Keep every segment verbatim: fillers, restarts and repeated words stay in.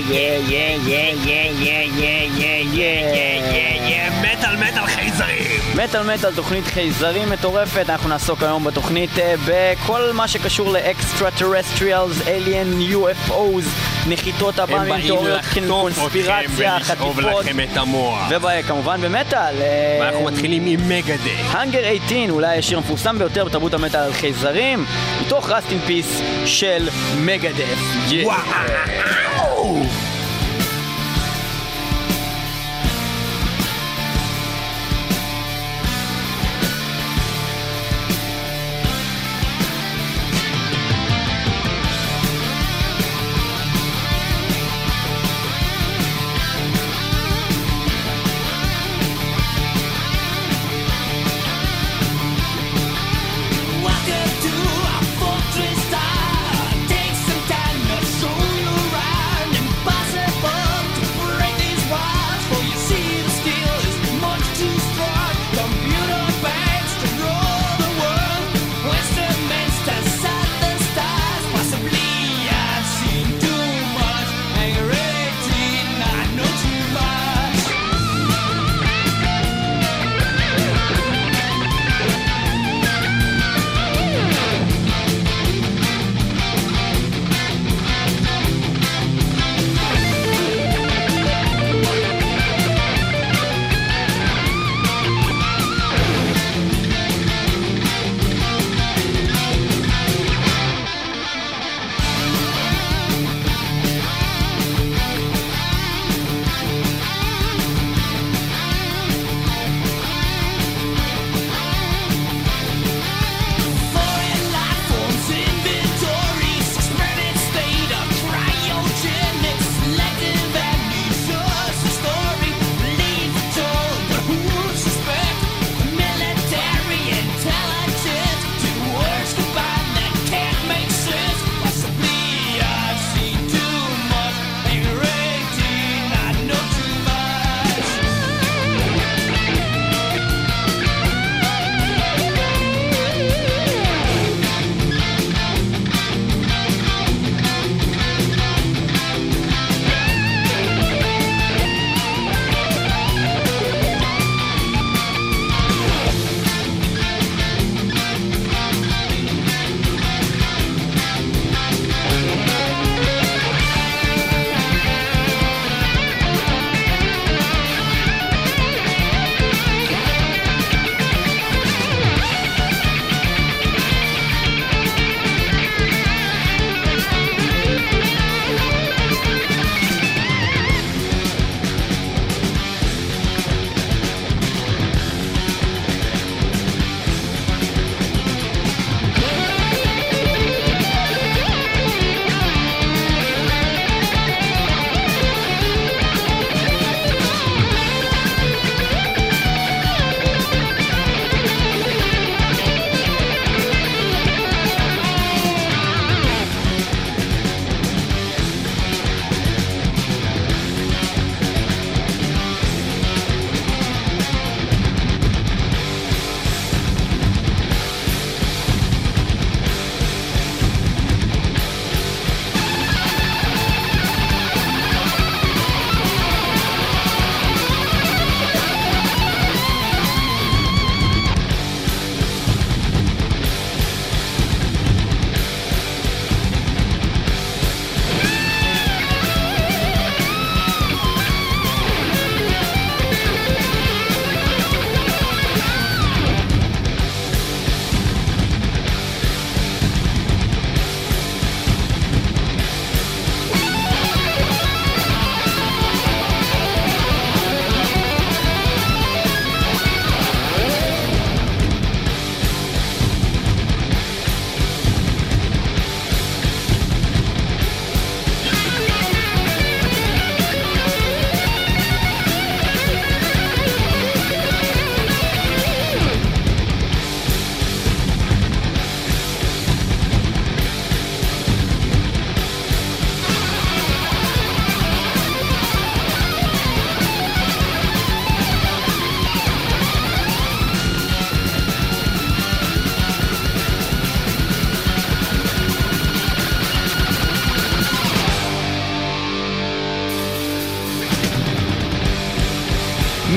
yeah, yeah, yeah, yeah, yeah, yeah, yeah, yeah, מטל מטל חייזרים. מטל מטל, תוכנית חייזרים מטורפת. אנחנו נעסוק היום בתוכנית בכל מה שקשור לאקסטרטרסטריאלס, אלien, יו אף או'ס, נחיתות הבאים, תיאוריות קונספירציה, חטיפות, לכם את המוח. וכמובן במטל. ואנחנו מתחילים עם מגדף. Hunger שמונה עשר, אולי השיר המפורסם ביותר בתרבות המטל על חייזרים, מתוך Rust in Peace של מגדף. וואו! Take some time to show you around and bust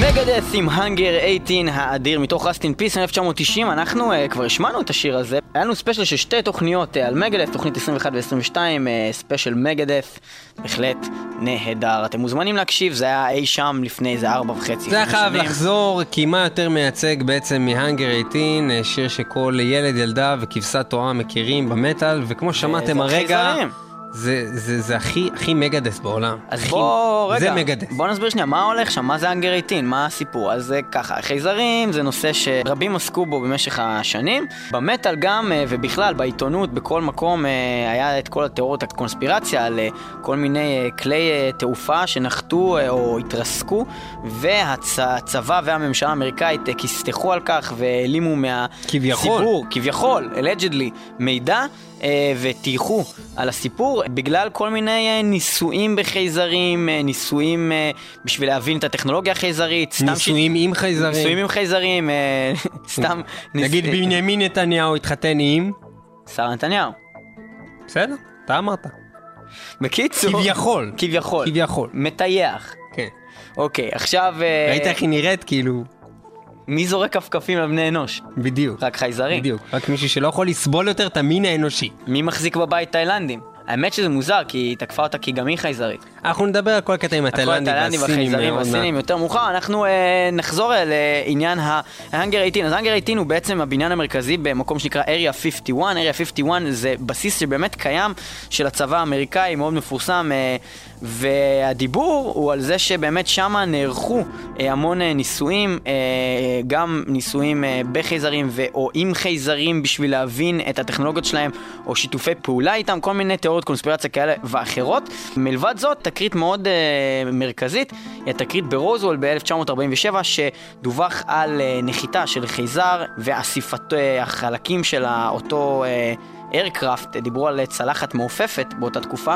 מגדס עם Hunger שמונה עשרה האדיר מתוך Rust in Peace אלף תשע מאות תשעים. אנחנו uh, כבר השמענו את השיר הזה. היה לנו ספיישל של שתי תוכניות uh, על מגדס, תוכנית עשרים ואחת ו-עשרים ושתיים, uh, ספיישל מגדס, בהחלט נהדר. אתם מוזמנים להקשיב, זה היה אי שם לפני איזה ארבע וחצי. זה היה חייב לחזור, כי מה יותר מייצג בעצם מ-Hunger שמונה עשרה, שיר שכל ילד, ילדה וכבשת תורה מכירים במטל, וכמו שמעתם הרגע... זה, זה, זה הכי, הכי מגדס בעולם. אז הכי, בוא, רגע, זה מגדס. בוא נסביר שנייה, מה הולך שם? מה זה Hunger שמונה עשרה? מה הסיפור? אז זה ככה, חייזרים זה נושא שרבים עסקו בו במשך השנים. במטל גם, ובכלל, בעיתונות, בכל מקום, היה את כל התיאוריות הקונספירציה על כל מיני כלי תעופה שנחתו או התרסקו, והצבא והממשלה האמריקאית כסתחו על כך והעלימו מהציבור, כביכול, allegedly, מידע, ותייחו על הסיפור בגלל כל מיני ניסויים בחייזרים, ניסויים בשביל להבין את הטכנולוגיה החייזרית, ניסויים עם חייזרים, ניסויים עם חייזרים, סתם נגיד בנימין נתניהו התחתן עם שרה נתניהו. בסדר, אתה אמרת. בקיצור, כביכול, כביכול, כביכול, מטייח. כן. אוקיי, עכשיו ראית איך היא נראית כאילו מי זורק כפכפים על בני אנוש? בדיוק. רק חייזרים. בדיוק. רק מישהו שלא יכול לסבול יותר את המין האנושי. מי מחזיק בבית תאילנדים? האמת שזה מוזר, כי היא תקפה אותה כי גם היא חייזרית. אנחנו נדבר על כל הקטע עם התאילנדים והסינים והסינים יותר מאוחר. אנחנו אה, נחזור אל אה, עניין ה-Hunger שמונה עשרה. אז Hunger שמונה עשרה הוא בעצם הבניין המרכזי במקום שנקרא Area חמישים ואחת. Area חמישים ואחת זה בסיס שבאמת קיים של הצבא האמריקאי, מאוד מפורסם, אה, והדיבור הוא על זה שבאמת שמה נערכו אה, המון אה, ניסויים, אה, גם ניסויים אה, בחייזרים ו- או עם חייזרים בשביל להבין את הטכנולוגיות שלהם, או שיתופי פעולה איתם, כל מיני תיאוריות קונספירציה כאלה ואחרות. מלבד זאת, תקרית מאוד uh, מרכזית, היא התקרית ברוזוול ב-אלף תשע מאות ארבעים ושבע, שדווח על uh, נחיתה של חייזר ואסיפת uh, החלקים של אותו uh, איירקראפט, דיברו על צלחת מעופפת באותה תקופה,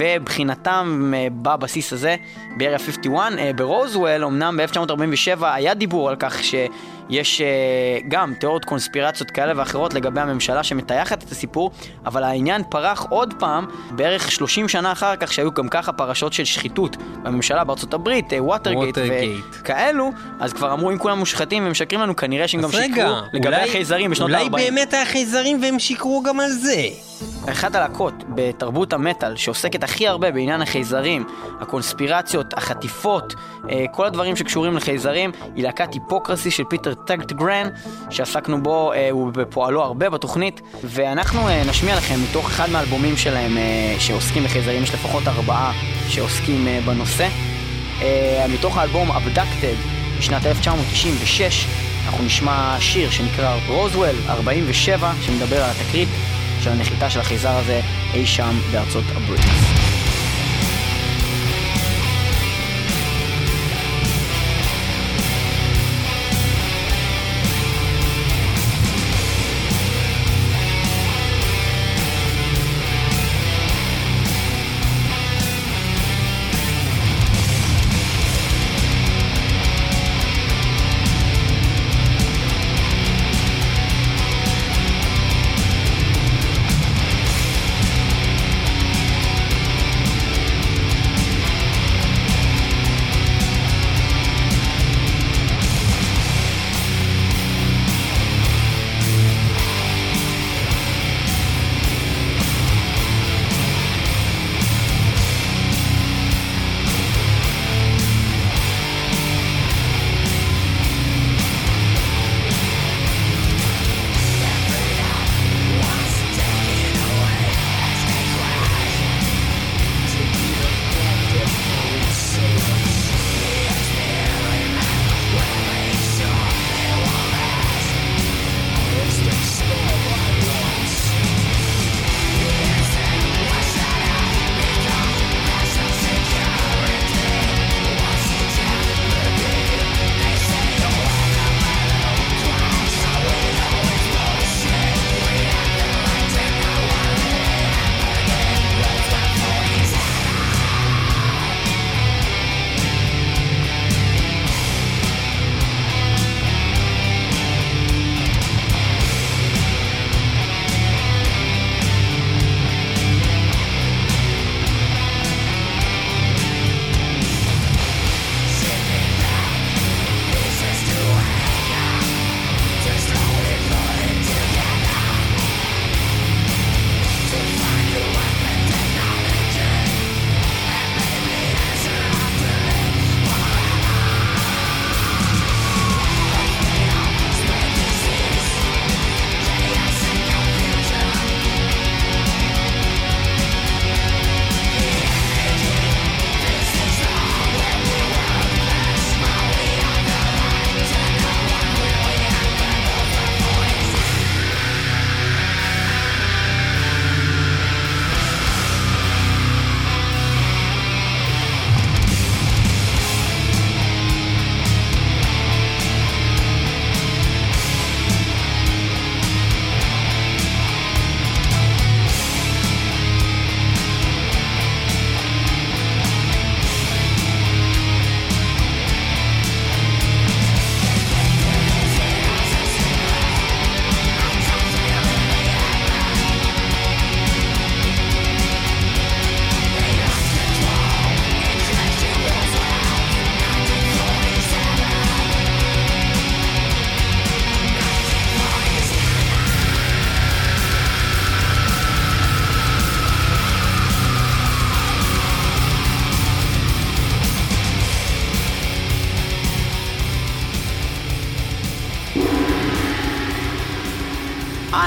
ובחינתם uh, בבסיס הזה, ב-Area חמישים ואחת, uh, ברוזוול, אמנם ב-אלף תשע מאות ארבעים ושבע היה דיבור על כך שיש uh, גם תיאוריות קונספירציות כאלה ואחרות לגבי הממשלה שמטייחת את הסיפור, אבל העניין פרח עוד פעם, בערך שלושים שנה אחר כך, שהיו גם ככה פרשות של שחיתות בממשלה בארצות הברית, ווטרגייט וכאלו, אז כבר אמרו, אם כולם מושחתים ומשקרים לנו, כנראה שהם גם שיקרו לגבי החייזרים בשנות ה-ארבעים. אולי באמת החייזרים והם שיקרו גם על זה. אחת הלהקות בתרבות המטל שעוסקת הכי הרבה בעניין החייזרים, הקונספירציות, החטיפות, כל הדברים שקשורים לחייזרים, היא להקת היפוקרסי של פיטר טגטגרן, שעסקנו בו, הוא בפועלו הרבה בתוכנית, ואנחנו נשמיע לכם מתוך אחד מהאלבומים שלהם שעוסקים בחייזרים, יש לפחות ארבעה שעוסקים בנושא. מתוך האלבום Abducted בשנת אלף תשע מאות תשעים ושש, אנחנו נשמע שיר שנקרא רוזוול ארבעים ושבע, שמדבר על התקרית של הנחיתה של החייזר הזה אי שם בארצות הברית.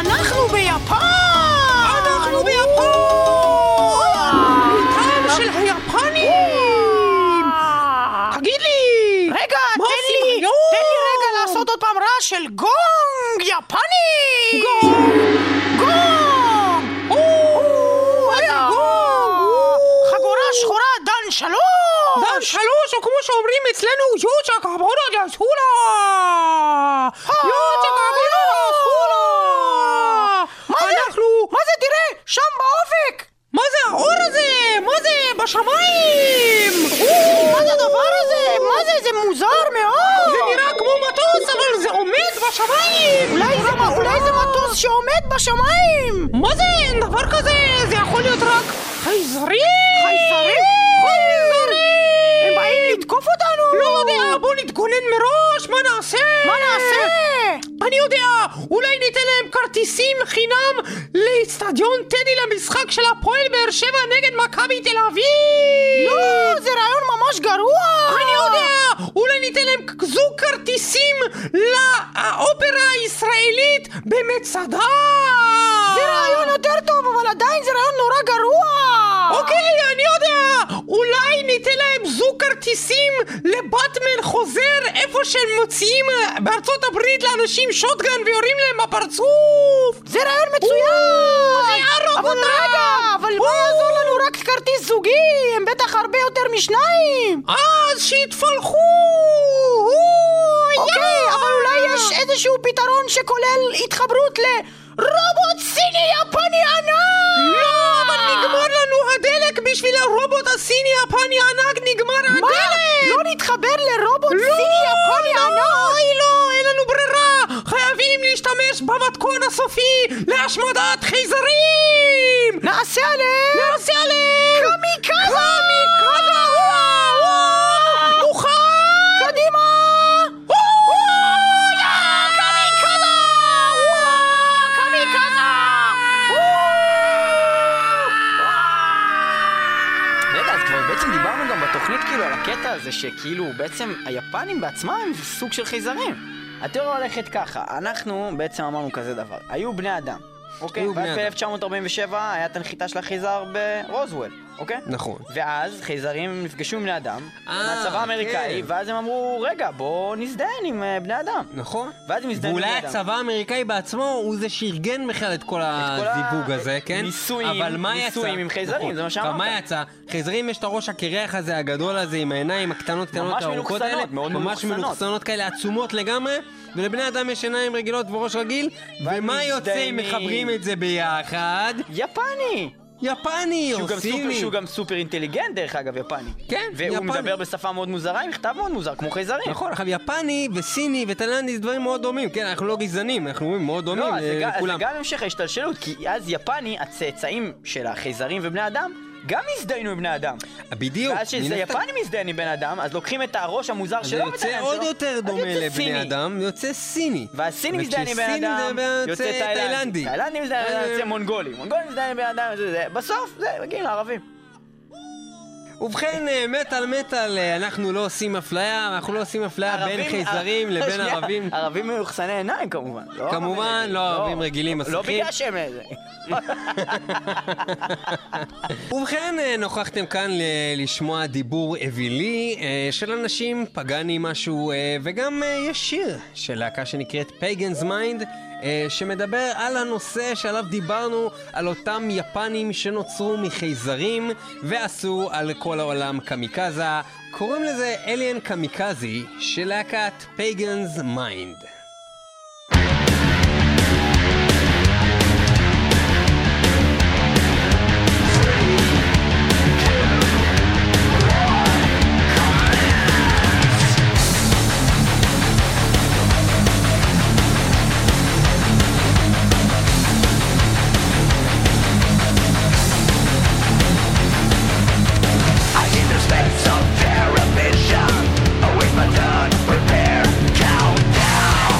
אנחנו ביפן! אנחנו ביפן! מטעם של היפנים! תגיד לי! רגע, תן לי, תן לי רגע לעשות עוד פעם רעש של גונג יפני! גונג! גונג! איזה גונג! חגורה שחורה דן שלוש! דן שלוש, או כמו שאומרים אצלנו, יוצ'ה קבורה גסולה! יוצ'ה קבורה גסולה! מה זה? מה זה? תראה! שם באופק! מה זה האור הזה? מה זה? בשמיים! מה זה הדבר הזה? מה זה? זה מוזר מאוד! זה נראה כמו מטוס, אבל זה עומד בשמיים! אולי זה מטוס שעומד בשמיים! מה זה? אין דבר כזה! זה יכול להיות רק חייזרים! חייזרים? חייזרים! הם באים לתקוף אותנו! לא יודע, בוא נתגונן מראש! מה נעשה? מה נעשה? אני יודע, אולי ניתן להם כרטיסים חינם לאצטדיון טדי למשחק של הפועל באר שבע נגד מכבי תל אביב! לא, זה רעיון ממש גרוע! אני יודע, אולי ניתן להם זוג כרטיסים לאופרה הישראלית במצדה! זה רעיון יותר טוב, אבל עדיין זה רעיון נורא גרוע! אוקיי, אני יודע! אולי ניתן להם זוג כרטיסים לבטמן חוזר איפה שהם מוציאים בארצות הברית לאנשים שוטגן ויורים להם בפרצוף! זה רעיון מצוין! זה יערוק אותם! אבל רגע, אבל מה יעזור לנו רק כרטיס זוגי? הם בטח הרבה יותר משניים! אז שיתפלחו! אוקיי, אבל אולי יש איזשהו פתרון שכולל התחברות לרובוט סיני יפני ענק! לא, אבל נגמר לנו הדלק בשביל הרובוט הסיני יפני ענק, נגמר הדלק! מה? לא נתחבר לרובוט סיני יפני ענק? אוי לא, אין לנו ברירה! חייבים להשתמש במתכון הסופי להשמדת חייזרים! נעשה עליהם! נעשה עליהם! קמיקזה! קמיקזה! וואו! מוכן! קדימה! בתוכנית כאילו על הקטע הזה שכאילו בעצם היפנים בעצמם הם סוג של חייזרים. התיאוריה הולכת ככה, אנחנו בעצם אמרנו כזה דבר, היו בני אדם, אוקיי? ואז ב-אלף תשע מאות ארבעים ושבע היה את הנחיתה של החייזר ברוזוול, אוקיי? נכון. ואז חייזרים נפגשו עם בני אדם, מהצבא האמריקאי, ואז הם אמרו, רגע, בוא נזדהן עם בני אדם. נכון. ואז הם נזדהן עם בני אדם. ואולי הצבא האמריקאי בעצמו הוא זה שארגן בכלל את כל הזיווג הזה, כן? ניסויים, ניסויים עם חייזרים, זה מה שאמרת. מה יצא? חייזרים יש את הראש הקרח הזה הגדול הזה עם העיניים הקטנות קטנות הארוכות האלה, ממש מלוכסנות כאלה עצומות לגמרי, ולבני אדם יש עיניים רגילות וראש רגיל, ומה יוצא אם מחברים את זה ביחד? יפני! יפני או סיני. שהוא גם סופר אינטליגנט דרך אגב, יפני. כן, והוא יפני. מדבר בשפה מאוד מוזרה, עם מכתב מאוד מוזר, כמו חייזרים. נכון, עכשיו יפני וסיני ותאילנדי זה דברים מאוד דומים. כן, אנחנו לא גזענים, אנחנו אומרים מאוד דומים לכולם. לא, זה גם המשך ההשתלשלות, כי אז יפני, הצאצאים של החייזרים ובני אדם, גם הזדיינו עם בני אדם. בדיוק. ואז שזה יפני מזדיין עם בן אדם, אז לוקחים את הראש המוזר שלו. זה יוצא עוד יותר דומה לבני אדם, יוצא סיני. והסיני מזדיין עם בן אדם, יוצא תאילנדי. תאילנדי מזדיין עם בן אדם, יוצא מונגולי. מונגולי מזדיין עם בן אדם, בסוף זה מגיעים לערבים. ובכן, מטל מטל, אנחנו לא עושים אפליה, אנחנו לא עושים אפליה בין חייזרים לבין ערבים. ערבים מלוכסני עיניים כמובן. כמובן, לא ערבים רגילים מסכים. לא בגלל שהם איזה. ובכן, נוכחתם כאן לשמוע דיבור אווילי של אנשים פגני משהו, וגם יש שיר של להקה שנקראת Pagan's Mind, שמדבר על הנושא שעליו דיברנו, על אותם יפנים שנוצרו מחייזרים ועשו על כל העולם קמיקזה. קוראים לזה אליאן קמיקזי של להקת Pagan's Mind. Of television, always my turn, prepare, countdown.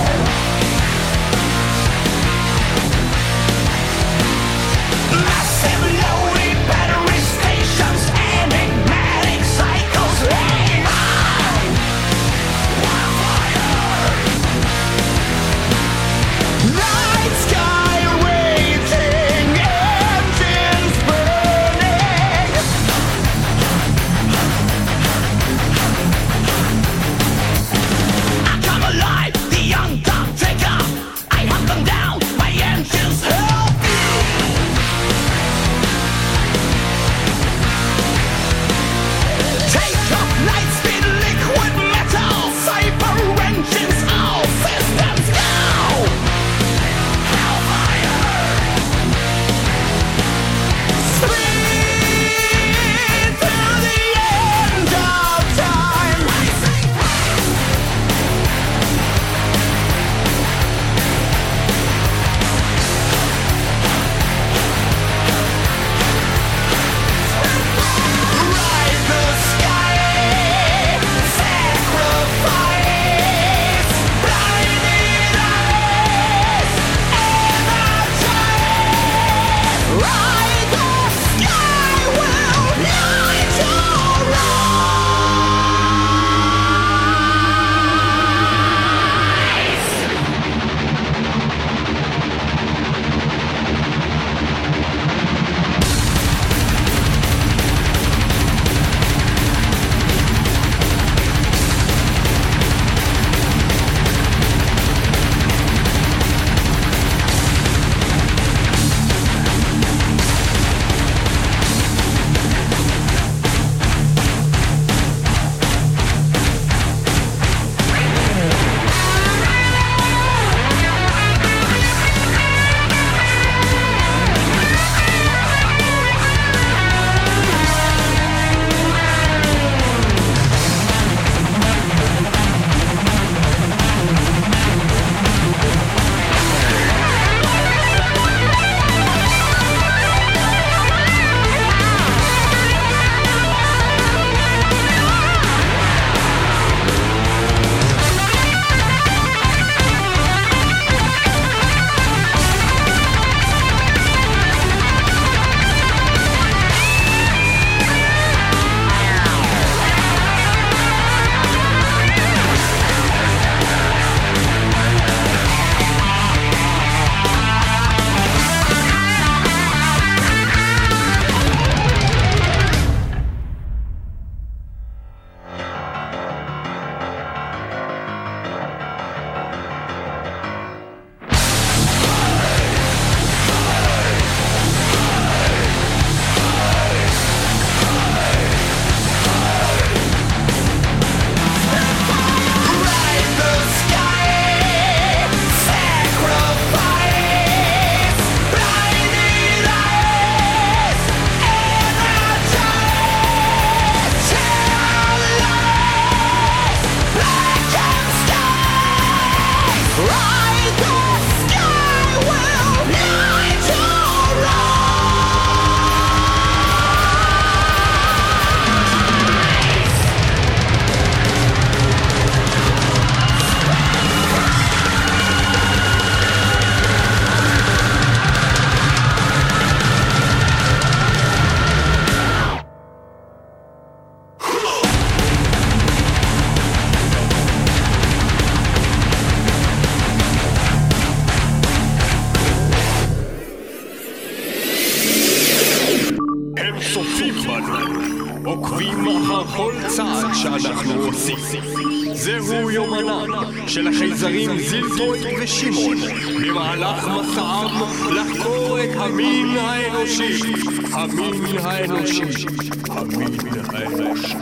עוקבים אחר כל צעד שאנחנו עושים. זהו יומנה של החייזרים זילטויד ושמעון במהלך מסעם לחקור את המין האנושי. המין האנושי. המין האנושי.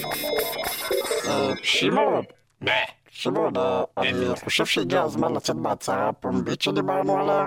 שמעון, שמעון, אני חושב שהגיע הזמן לצאת בהצהרה הפומבית שדיברנו עליה.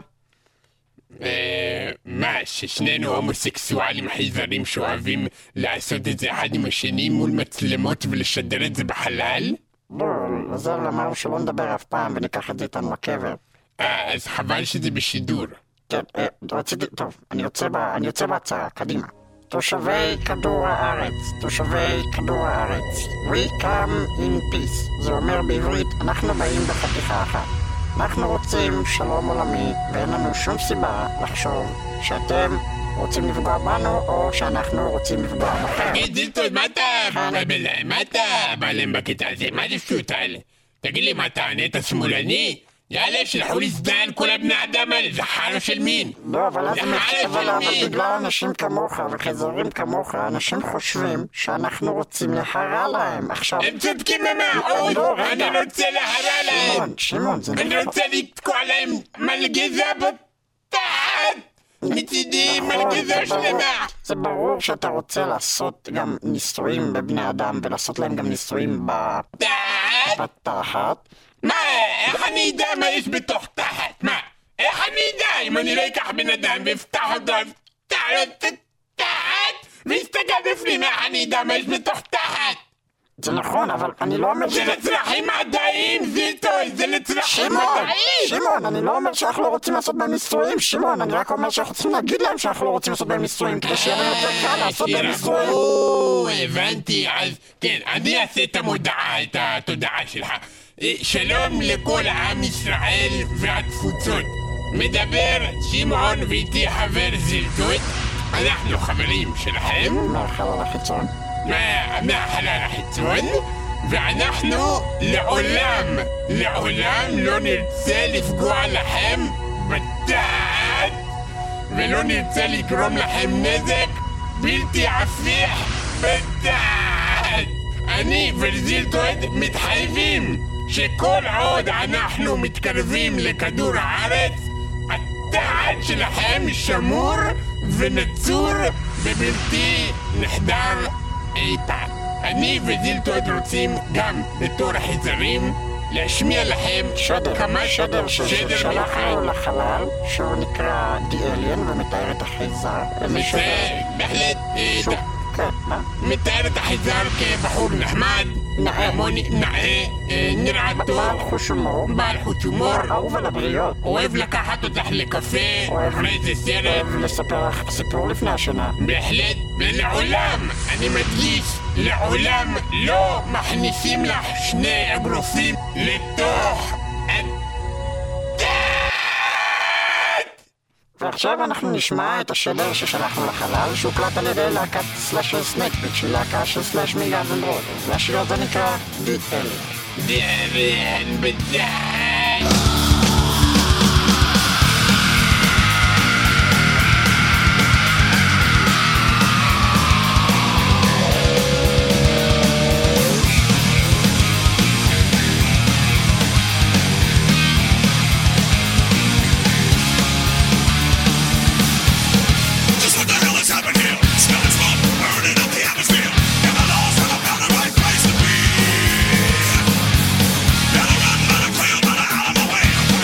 מה, ששנינו הומוסקסואלים חייזרים שאוהבים לעשות את זה אחד עם השני מול מצלמות ולשדר את זה בחלל? לא, לזר אמר שלא נדבר אף פעם וניקח את זה איתנו לקבר. אה, אז חבל שזה בשידור. כן, רציתי, טוב, אני יוצא בהצהרה, קדימה. תושבי כדור הארץ, תושבי כדור הארץ, we come in peace. זה אומר בעברית, אנחנו באים בחתיכה אחת. אנחנו רוצים שלום עולמי, ואין לנו שום סיבה לחשוב שאתם רוצים לפגוע בנו, או שאנחנו רוצים לפגוע בכם. תגיד, זילטויד, מה אתה מבלבל להם? מה אתה בא להם בקטע הזה? מה זה שטות האלה? תגיד לי, מה אתה ענית שמאלני? יאללה, שלחו לי זדן כל הבני אדם האלה, זה חלו של מין. לא, אבל אז אבל בגלל אנשים כמוך וחייזרים כמוך, אנשים חושבים שאנחנו רוצים להרע להם. עכשיו... הם צודקים במאות, אני רוצה להרע להם. שמעון, שמעון, זה נכון. אני רוצה לתקוע להם מלגזה בתחת. מצידי מלגזה שלמה. זה ברור שאתה רוצה לעשות גם ניסויים בבני אדם, ולעשות להם גם ניסויים בתחת. מה? איך אני אדע מה יש בתוך תחת? מה? איך אני אדע אם אני לא אקח בן אדם ואפתח אותו, אפתח לו את התחת ויסתכל בפנים, איך אני אדע מה יש בתוך תחת? זה נכון, אבל אני לא אומר... זה לצרכים מדעיים, זילטויד, זה לצרכים מדעיים! שמעון, אני לא אומר שאנחנו לא רוצים לעשות בהם ניסויים, שמעון, אני רק אומר שאנחנו צריכים להגיד להם שאנחנו לא רוצים לעשות בהם ניסויים, כדי שיהיה להם יותר קל לעשות בהם ניסויים. או, הבנתי, אז כן, אני אעשה את המודעה, את התודעה שלך. שלום לכל עם ישראל והתפוצות. מדבר שמעון ואיתי חבר זילטויד. אנחנו חברים שלכם מהחלל החיצון מהחלל החיצון, ואנחנו לעולם לעולם לא נרצה לפגוע לכם בתחת, ולא נרצה לגרום לכם נזק בלתי הפיך בתחת. אני וזילטויד מתחייבים שכל עוד אנחנו מתקרבים לכדור הארץ, התחת שלכם שמור ונצור ובלתי נחדר אי פעם. אני וזילטויד רוצים גם בתור חייזרים להשמיע לכם שדר, כמה שדר, שדר ששלחנו לחלל שהוא נקרא The Alien ומתאר את החייזר. זה בהחלט מתאר את החייזר כבחור נחמד, נאה, נאה, נראה טוב, בעל חוש הומור, בעל חוש הומור, אהוב על הבריות, אוהב לקחת אותך לקפה, אחרי זה סרט, אוהב לספר לך סיפור לפני השינה. בהחלט, ולעולם, אני מדגיש, לעולם לא מכניסים לך שני אגרופים לתוך ועכשיו אנחנו נשמע את השדר ששלחנו לחלל, שהוקלט על ידי להקת סלאש של סנקפיק, שהיא להקה של סלאש מגז אנדרוד, והשיר הזה נקרא The Alien. The Alien בדי Better run, better crawl, better out of my way.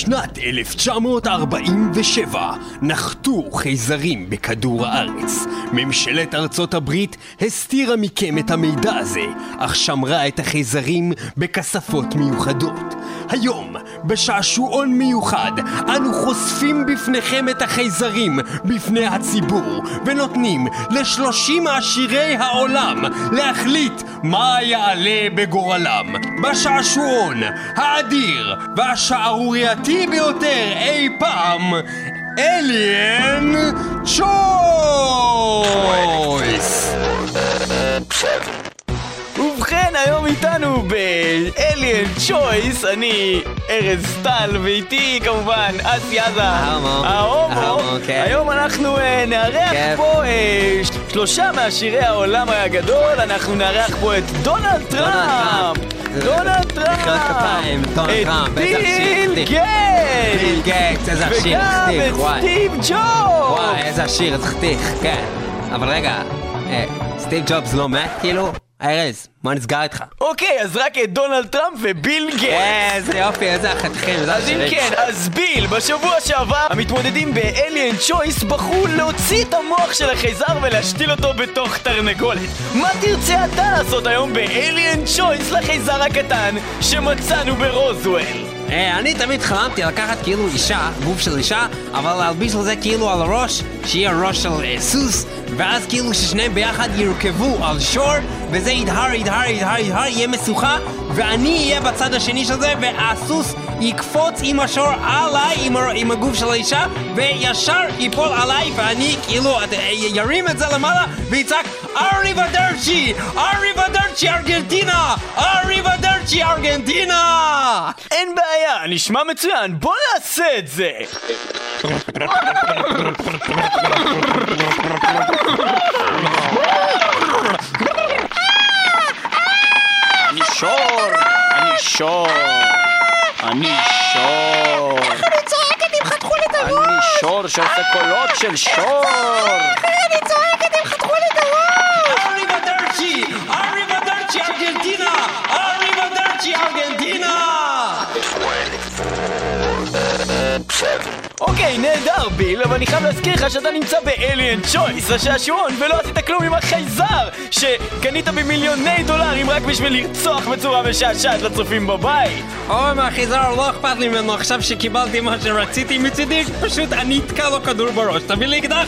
בשנת אלף תשע מאות ארבעים ושבע נחתו חייזרים בכדור הארץ. ממשלת ארצות הברית הסתירה מכם את המידע הזה, אך שמרה את החייזרים בכספות מיוחדות. היום, בשעשועון מיוחד, אנו חושפים בפניכם את החייזרים בפני הציבור, ונותנים לשלושים עשירי העולם להחליט מה יעלה בגורלם. בשעשועון האדיר והשערורייתי ביותר אי פעם, אליאן צ'ויס! ובכן, היום איתנו באליאן צ'ויס, אני ארז טל, ואיתי כמובן אסי עזה, ההומו. היום אנחנו נארח פה שלושה מעשירי העולם הגדול. אנחנו נארח פה את דונלד טראמפ, דונלד טראמפ, את ביל גייטס, ביל גייטס, איזה עשיר, וגם את סטיב ג'ובס. וואי, איזה עשיר, איזה חתיך, כן. אבל רגע, סטיב ג'ובס לא מת כאילו? ארז, מה נסגר איתך? אוקיי, אז רק את דונלד טראמפ וביל גייטס. איזה יופי, איזה החתיכים, איזה אז אם כן, אז ביל, בשבוע שעבר המתמודדים באליאן צ'ויס בחרו להוציא את המוח של החייזר ולהשתיל אותו בתוך תרנגולת. מה תרצה אתה לעשות היום באליאן צ'ויס לחייזר הקטן שמצאנו ברוזוול? אני תמיד חלמתי לקחת כאילו אישה, גוף של אישה, אבל להלביש לזה כאילו על הראש, שיהיה ראש של סוס, ואז כאילו ששניהם ביחד ירכבו על שור, וזה ידהר, ידהר, ידהר, ידהר, יהיה מסוכה, ואני אהיה בצד השני של זה, והסוס יקפוץ עם השור עליי, עם, עם הגוף של האישה, וישר ייפול עליי, ואני כאילו ירים את זה למעלה, ויצעק אריבדרצ'י, אריבדרצ'י ארגנטינה, אריבדרצ'י ארגנטינה! אין בעיה, נשמע מצוין, בוא נעשה את זה! אני שור, אני שור, אני שור. אני צועקת אם חתכו לי את הראש. אני שור שעושה קולות של שור. אני צועקת אם חתכו לי את הראש. אריבדרצ'י, אריבדרצ'י ארגנטינה, אריבדרצ'י ארגנטינה. אוקיי, נהדר ביל, אבל אני חייב להזכיר לך שאתה נמצא באליאן צ'ויס, השעשועון, ולא עשית כלום עם החייזר שקנית במיליוני דולרים רק בשביל לרצוח בצורה משעשעת לצופים בבית. אוי, מהחייזר לא אכפת לי ממנו, עכשיו שקיבלתי מה שרציתי מצידי, פשוט אני אתקע לו כדור בראש. תביא לי אקדח?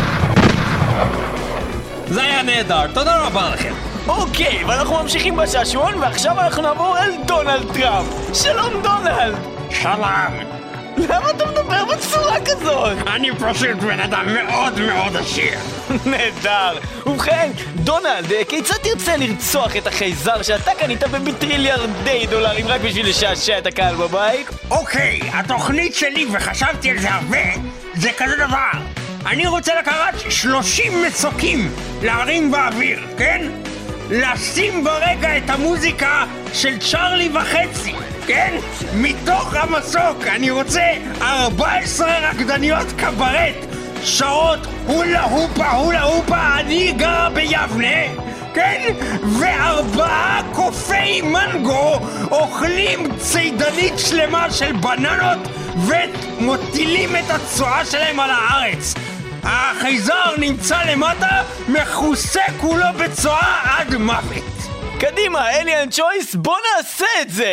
זה היה נהדר, תודה רבה לכם. אוקיי, ואנחנו ממשיכים בשעשועון, ועכשיו אנחנו נעבור אל דונלד טראמפ. שלום דונלד. שלום. למה אתה מדבר בצורה כזאת? אני פשוט בן אדם מאוד מאוד עשיר. נהדר. ובכן, דונלד, כיצד תרצה לרצוח את החייזר שאתה קנית בטריליארדי דולרים רק בשביל לשעשע את הקהל בבית? אוקיי, התוכנית שלי, וחשבתי על זה הרבה, זה כזה דבר. אני רוצה לקחת שלושים מסוקים להרים באוויר, כן? לשים ברגע את המוזיקה של צ'רלי וחצי, כן? מתוך המסוק אני רוצה ארבע עשרה רקדניות קברט שעות הולה הופה הולה הופה, אני גרה ביבנה, כן? וארבעה קופי מנגו אוכלים צידנית שלמה של בננות ומוטילים את הצועה שלהם על הארץ. החייזר נמצא למטה, מכוסה כולו בצועה עד מוות. קדימה, אליאן צ'ויס, בוא נעשה את זה!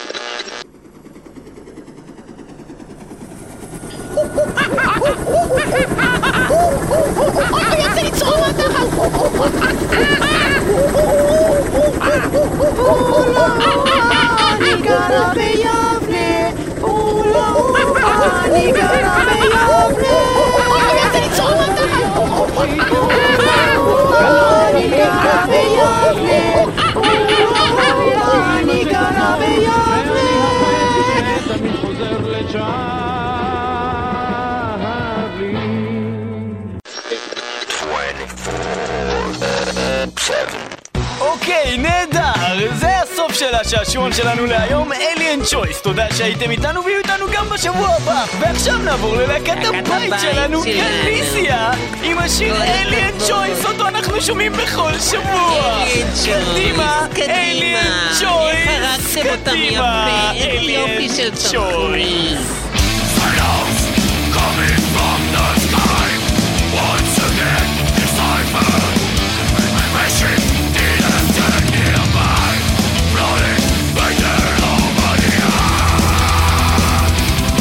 אני יוצא לצרור מהתחל! אני גרה ביבנה, אני גרה ביבנה, אני יוצא לצרור מהתחל! אני גרה ביבנה, אני גרה ביבנה, תמיד חוזר לצ'ארלי. אוקיי, נהדר, זה הסוף של השעשועון שלנו להיום, Alien Choice. תודה שהייתם איתנו ויהיו איתנו גם בשבוע הבא. ועכשיו נעבור ללהקת הבית שלנו, גליסיה, עם השיר Alien Choice, אותו אנחנו שומעים בכל שבוע. קדימה, Alien Choice, קדימה, Alien Choice. Coming from the sky, once again, decipher. Machine didn't nearby, floating by their over the earth.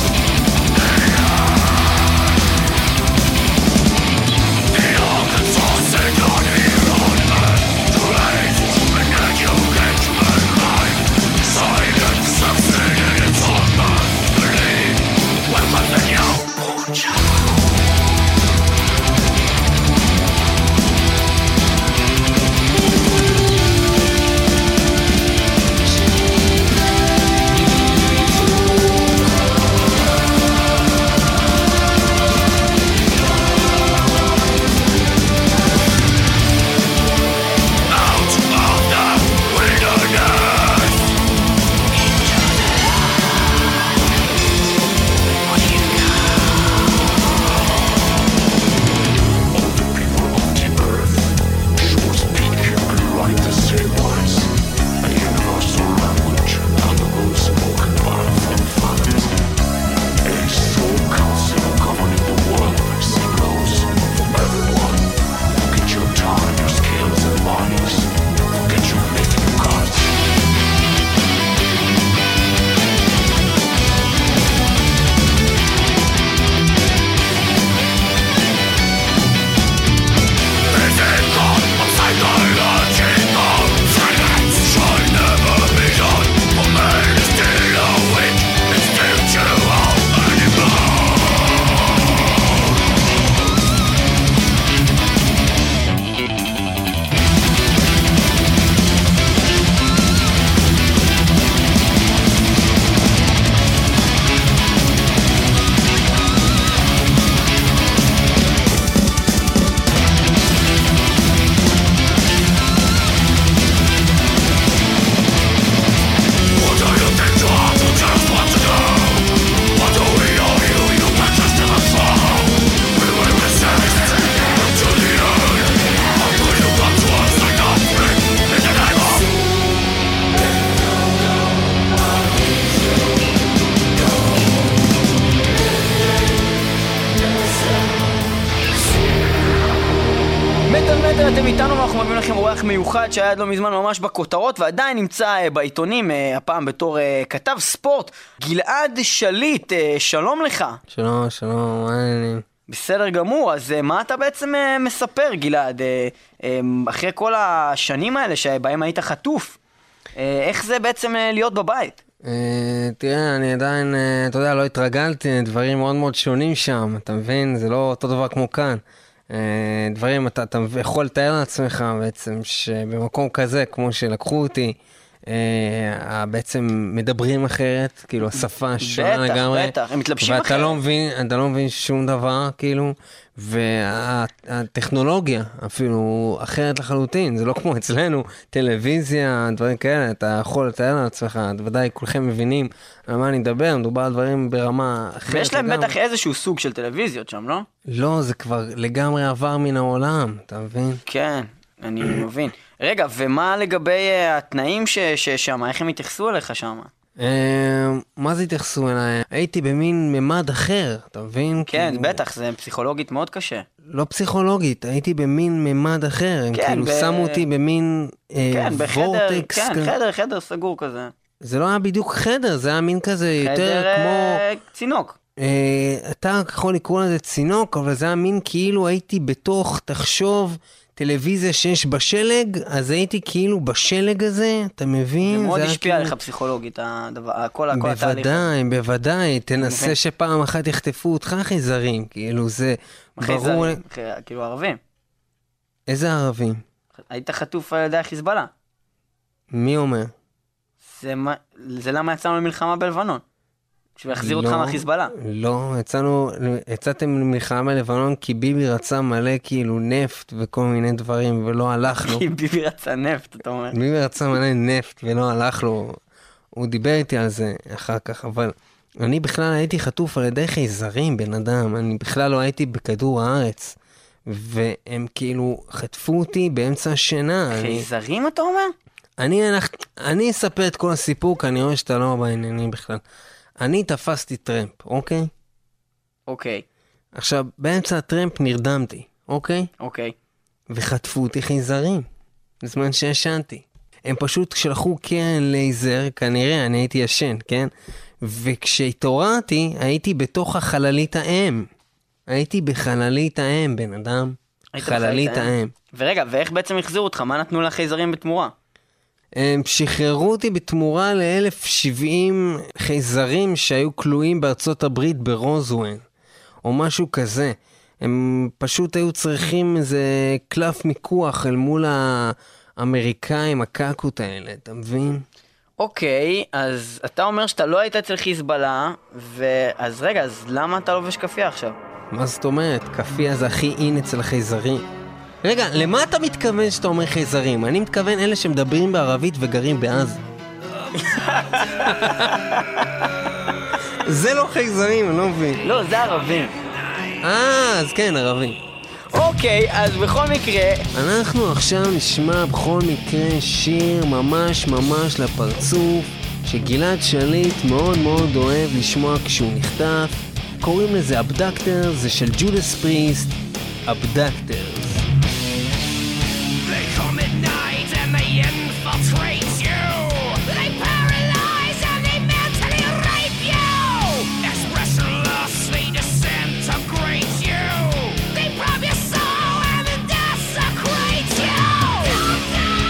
The Arkansas on environment, to raise an educational life. Silence succeeded in someone, believe, welcome to you. אתם איתנו ואנחנו מביאים לכם אורח מיוחד שהיה לא מזמן ממש בכותרות ועדיין נמצא בעיתונים, הפעם בתור כתב ספורט, גלעד שליט. שלום לך. שלום, שלום, מה העניינים? בסדר גמור. אז מה אתה בעצם מספר, גלעד, אחרי כל השנים האלה שבהם היית חטוף, איך זה בעצם להיות בבית? תראה, אני עדיין, אתה יודע, לא התרגלתי, דברים מאוד מאוד שונים שם, אתה מבין? זה לא אותו דבר כמו כאן. דברים, אתה, אתה יכול לתאר לעצמך בעצם שבמקום כזה, כמו שלקחו אותי, בעצם מדברים אחרת, כאילו השפה שונה לגמרי. בטח, בטח, הם מתלבשים ואתה אחרת. לא מבין, אתה לא מבין שום דבר, כאילו, והטכנולוגיה אפילו אחרת לחלוטין, זה לא כמו אצלנו, טלוויזיה, דברים כאלה, אתה יכול לתאר לעצמך, ודאי כולכם מבינים על מה אני מדבר, מדובר על דברים ברמה אחרת. ויש להם בטח איזשהו סוג של טלוויזיות שם, לא? לא, זה כבר לגמרי עבר מן העולם, אתה מבין? כן, אני מבין. רגע, ומה לגבי התנאים ששם, איך הם התייחסו אליך שם? מה זה התייחסו אליי? הייתי במין ממד אחר, אתה מבין? כן, בטח, זה פסיכולוגית מאוד קשה. לא פסיכולוגית, הייתי במין ממד אחר, הם כאילו שמו אותי במין וורטקס. כן, חדר, חדר סגור כזה. זה לא היה בדיוק חדר, זה היה מין כזה יותר כמו... חדר צינוק. אתה יכול לקרוא לזה צינוק, אבל זה היה מין כאילו הייתי בתוך, תחשוב... טלוויזיה שיש בשלג, אז הייתי כאילו בשלג הזה, אתה מבין? זה מאוד השפיע עליך פסיכולוגית, כל התהליך. בוודאי, בוודאי, תנסה שפעם אחת יחטפו אותך חייזרים, כאילו זה ברור... כאילו ערבים. איזה ערבים? היית חטוף על ידי החיזבאללה. מי אומר? זה למה יצאנו למלחמה בלבנון. שהוא יחזיר אותך מהחיזבאללה. לא, יצאנו, יצאתם למלחמה בלבנון כי ביבי רצה מלא כאילו נפט וכל מיני דברים ולא הלך לו. כי ביבי רצה נפט, אתה אומר. ביבי רצה מלא נפט ולא הלך לו. הוא דיבר איתי על זה אחר כך, אבל אני בכלל הייתי חטוף על ידי חייזרים, בן אדם. אני בכלל לא הייתי בכדור הארץ. והם כאילו חטפו אותי באמצע השינה. חייזרים אתה אומר? אני, אני אספר את כל הסיפור, כי אני רואה שאתה לא בעניינים בכלל. אני תפסתי טרמפ, אוקיי? אוקיי. עכשיו, באמצע הטרמפ נרדמתי, אוקיי? אוקיי. וחטפו אותי חייזרים, בזמן שישנתי. הם פשוט שלחו קרן לייזר, כנראה, אני הייתי ישן, כן? וכשהתעוררתי, הייתי בתוך החללית האם. הייתי בחללית האם, בן אדם. חללית האם. ורגע, ואיך בעצם החזירו אותך? מה נתנו לחייזרים בתמורה? הם שחררו אותי בתמורה ל-אלף שבעים חייזרים שהיו כלואים בארצות הברית ברוזוון, או משהו כזה. הם פשוט היו צריכים איזה קלף מיקוח אל מול האמריקאים, הקקות האלה, אתה מבין? אוקיי, אז אתה אומר שאתה לא היית אצל חיזבאללה, ואז רגע, אז למה אתה לובש כפייה עכשיו? מה זאת אומרת? כפייה זה הכי אין אצל החייזרים. רגע, למה אתה מתכוון שאתה אומר חייזרים? אני מתכוון אלה שמדברים בערבית וגרים בעזה. זה לא חייזרים, אני לא מבין. לא, זה ערבים. אה, אז כן, ערבים. אוקיי, אז בכל מקרה... אנחנו עכשיו נשמע בכל מקרה שיר ממש ממש לפרצוף, שגלעד שליט מאוד מאוד אוהב לשמוע כשהוא נחטף. קוראים לזה Abductors, זה של ג'ודס פריסט, Abductors. They come at night and they infiltrate you. They paralyze and they mentally rape you. Expressionlessly disintegrate you. They rob your soul and then desecrate you. Don't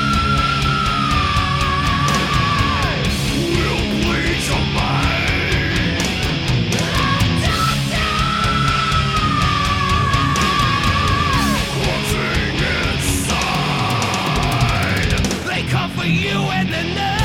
die! We'll bleed your mind. Don't die! Closing inside. They cover you in the night.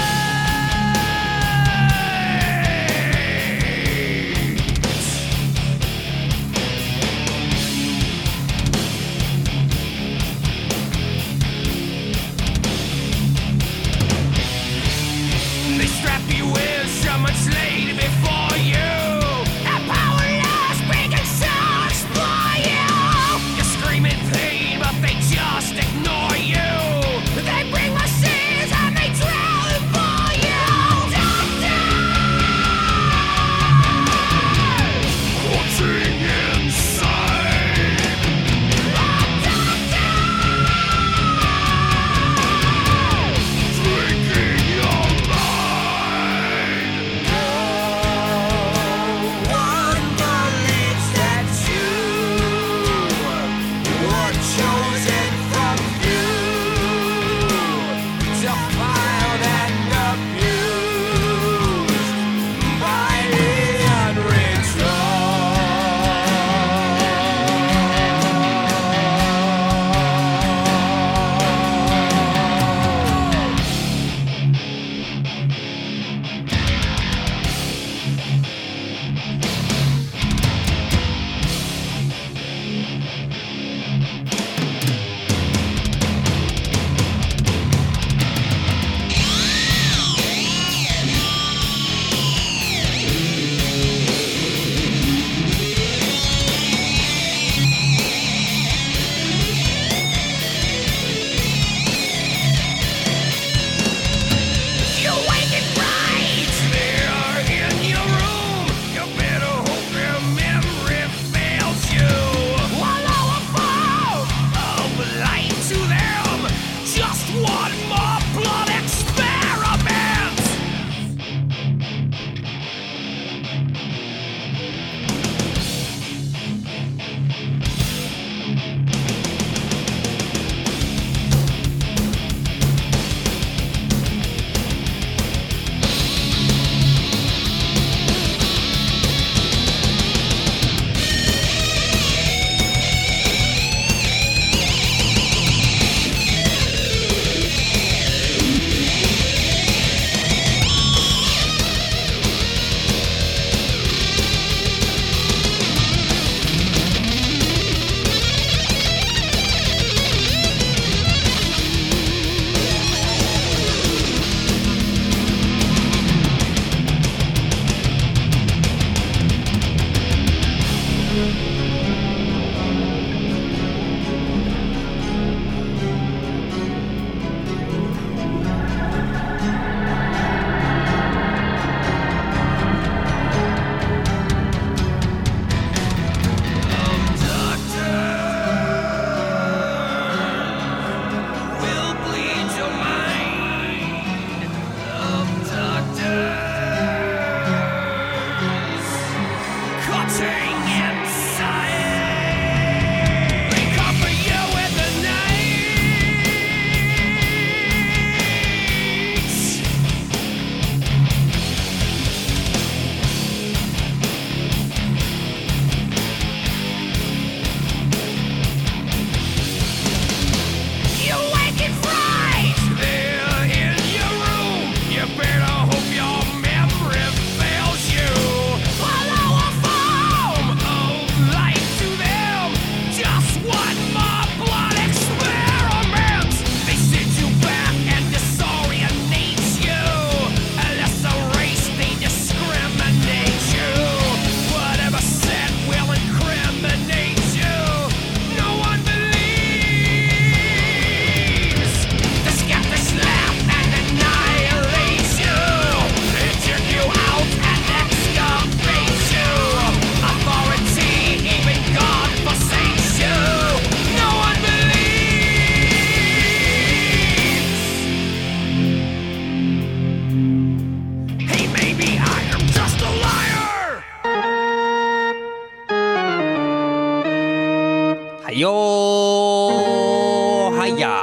היה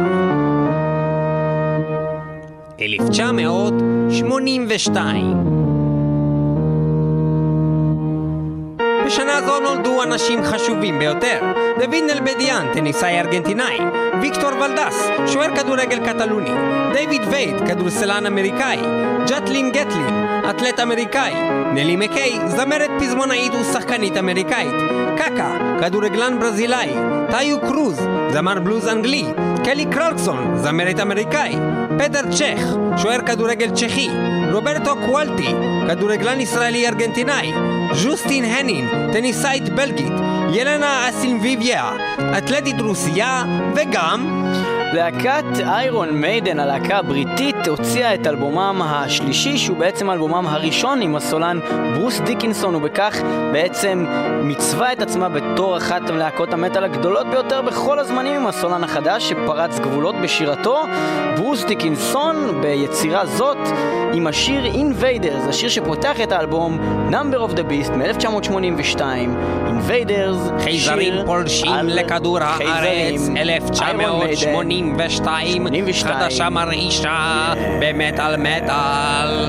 אלף תשע מאות שמונים ושתיים. בשנה זו נולדו אנשים חשובים ביותר: דוד נלבדיאן, טניסאי ארגנטינאי; ויקטור ולדס, שוער כדורגל קטלוני; דיוויד וייד, כדורסלן אמריקאי; ג'טלין גטלין, אתלט אמריקאי; נלי מקיי, זמרת פזמונאית ושחקנית אמריקאית; קקה, כדורגלן ברזילאי; טאיו קרוז, זמר בלוז אנגלי; קלי קרלקסון, זמרת אמריקאי; פטר צ'ך, שוער כדורגל צ'כי; רוברטו קואלטי, כדורגלן ישראלי ארגנטינאי; ז'וסטין הנין, טניסאית בלגית; ילנה אסילביביה, אתלטית רוסייה, וגם להקת איירון מיידן, הלהקה הבריטית, הוציאה את אלבומם השלישי, שהוא בעצם אלבומם הראשון עם הסולן ברוס דיקנסון, ובכך בעצם מצווה את עצמה בתור אחת מלהקות המטל הגדולות ביותר בכל הזמנים, עם הסולן החדש שפרץ גבולות בשירתו. ברוס דיקנסון ביצירה זאת עם השיר Invaders, השיר שפותח את האלבום Number of the Beast מ-אלף תשע מאות שמונים ושתיים. Invaders, חייזרים פולשים לכדור הארץ, אלף תשע מאות שמונים ושתיים, חדשה מרעישה במטל מטל.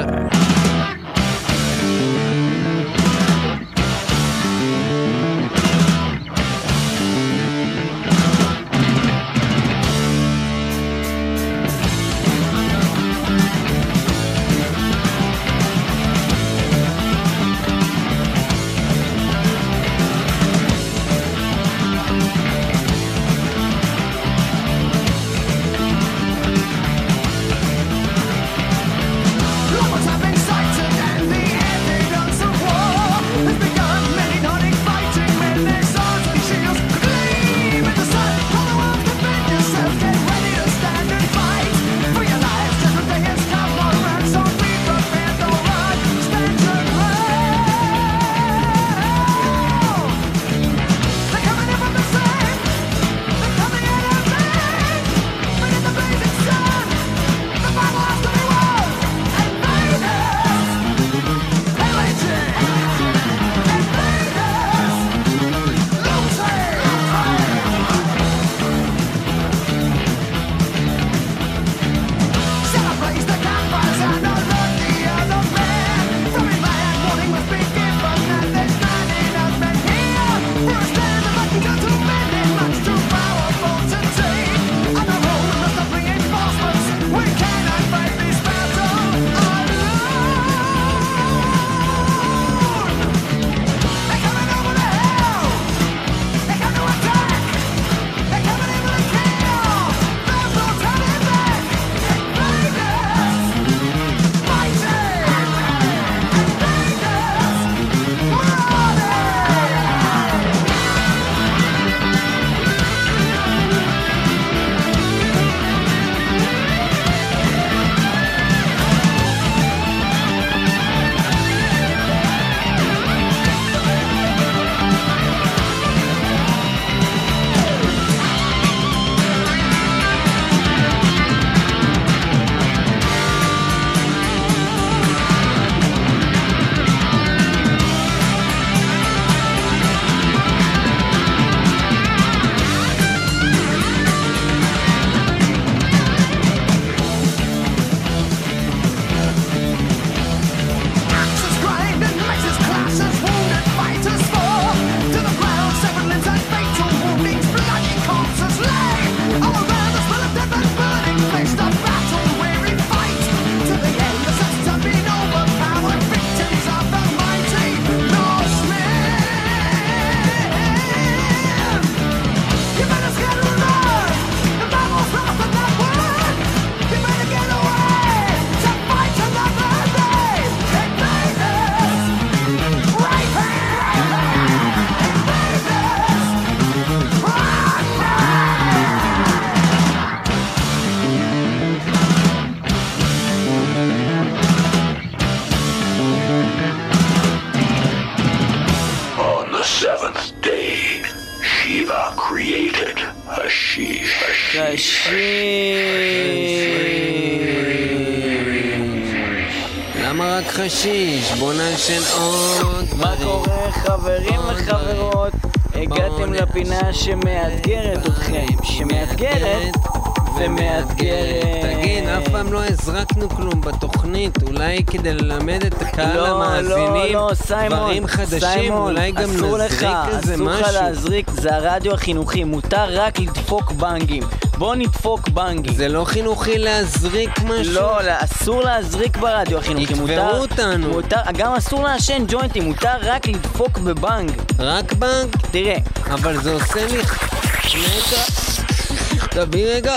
למה רק חשיש? בוא נשן עוד. מה קורה חברים וחברות? הגעתם לפינה שמאתגרת אתכם, שמאתגרת ומאתגרת. תגיד, אף פעם לא הזרקנו כלום בתוכנית, אולי כדי ללמד את הקהל המאזינים לא, לא, סיימון, דברים חדשים, סיימון, אולי גם אסור נזריק לך, איזה אסור משהו. לך להזריק, זה הרדיו החינוכי, מותר רק לדפוק בנגים. בוא נדפוק בנגים. זה לא חינוכי להזריק משהו? לא, אסור להזריק ברדיו החינוכי. יקברו אותנו. מותר, גם אסור לעשן ג'וינטים, מותר רק לדפוק בבנג. רק בנג? תראה. אבל זה עושה לי... רגע. תביא רגע.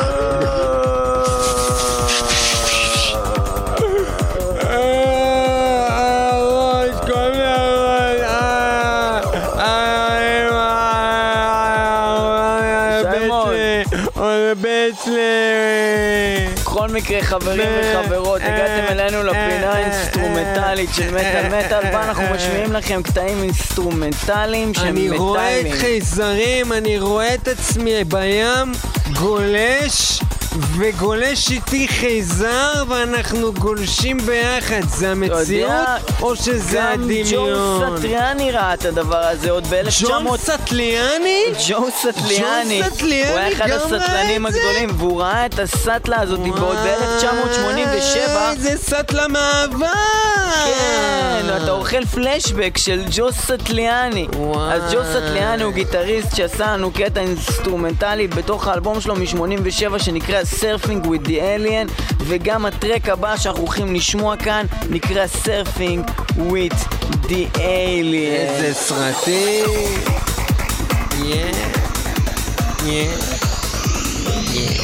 בכל מקרה, חברים וחברות, הגעתם אלינו לפינה האינסטרומנטלית של מטל מטל, ואנחנו משמיעים לכם קטעים אינסטרומנטליים שהם מטליים. אני רואה את חייזרים, אני רואה את עצמי בים, גולש, וגולש איתי חייזר, ואנחנו גולשים ביחד. זה המציאות או שזה הדמיון? גם ג'ו סטריאני ראה את הדבר הזה עוד ב-אלף תשע מאות... ג'ו סטליאני? ג'ו סטליאני. ג'ו סטליאני הוא היה אחד הסטלנים הגדולים, והוא ראה את הסטלה הזאת בעוד ב-אלף תשע מאות שמונים ושבע. זה סטלה מעבר! כן, אתה אוכל פלשבק של ג'ו סטליאני. אז ג'ו סטליאני הוא גיטריסט שעשה לנו קטע אינסטרומנטלי בתוך האלבום שלו מ-שמונים ושבע שנקרא Surfing with the Alien, וגם הטרק הבא שאנחנו הולכים לשמוע כאן נקרא Surfing with the Alien. איזה סרטים. Yeah. Yeah. Yeah.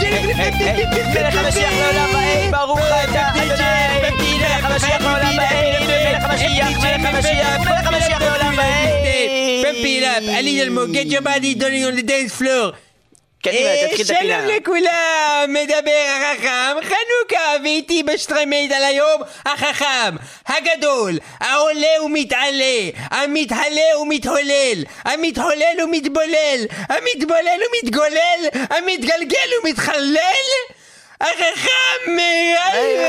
מלך המשיח לעולם ועד, ברוך אתה אדוני, מלך המשיח לעולם ועד, מלך המשיח, מלך המשיח, מלך המשיח לעולם ועד. Pump it up, allez Elmo, get your body done on the dance floor. שלום לכולם, מדבר החכם חנוכה, ואיתי בשטרמייד על היום החכם, הגדול, העולה ומתעלה, המתעלה ומתהולל, המתהולל ומתבולל, המתבולל ומתגולל, המתגלגל ומתחלל, החכם מרייב.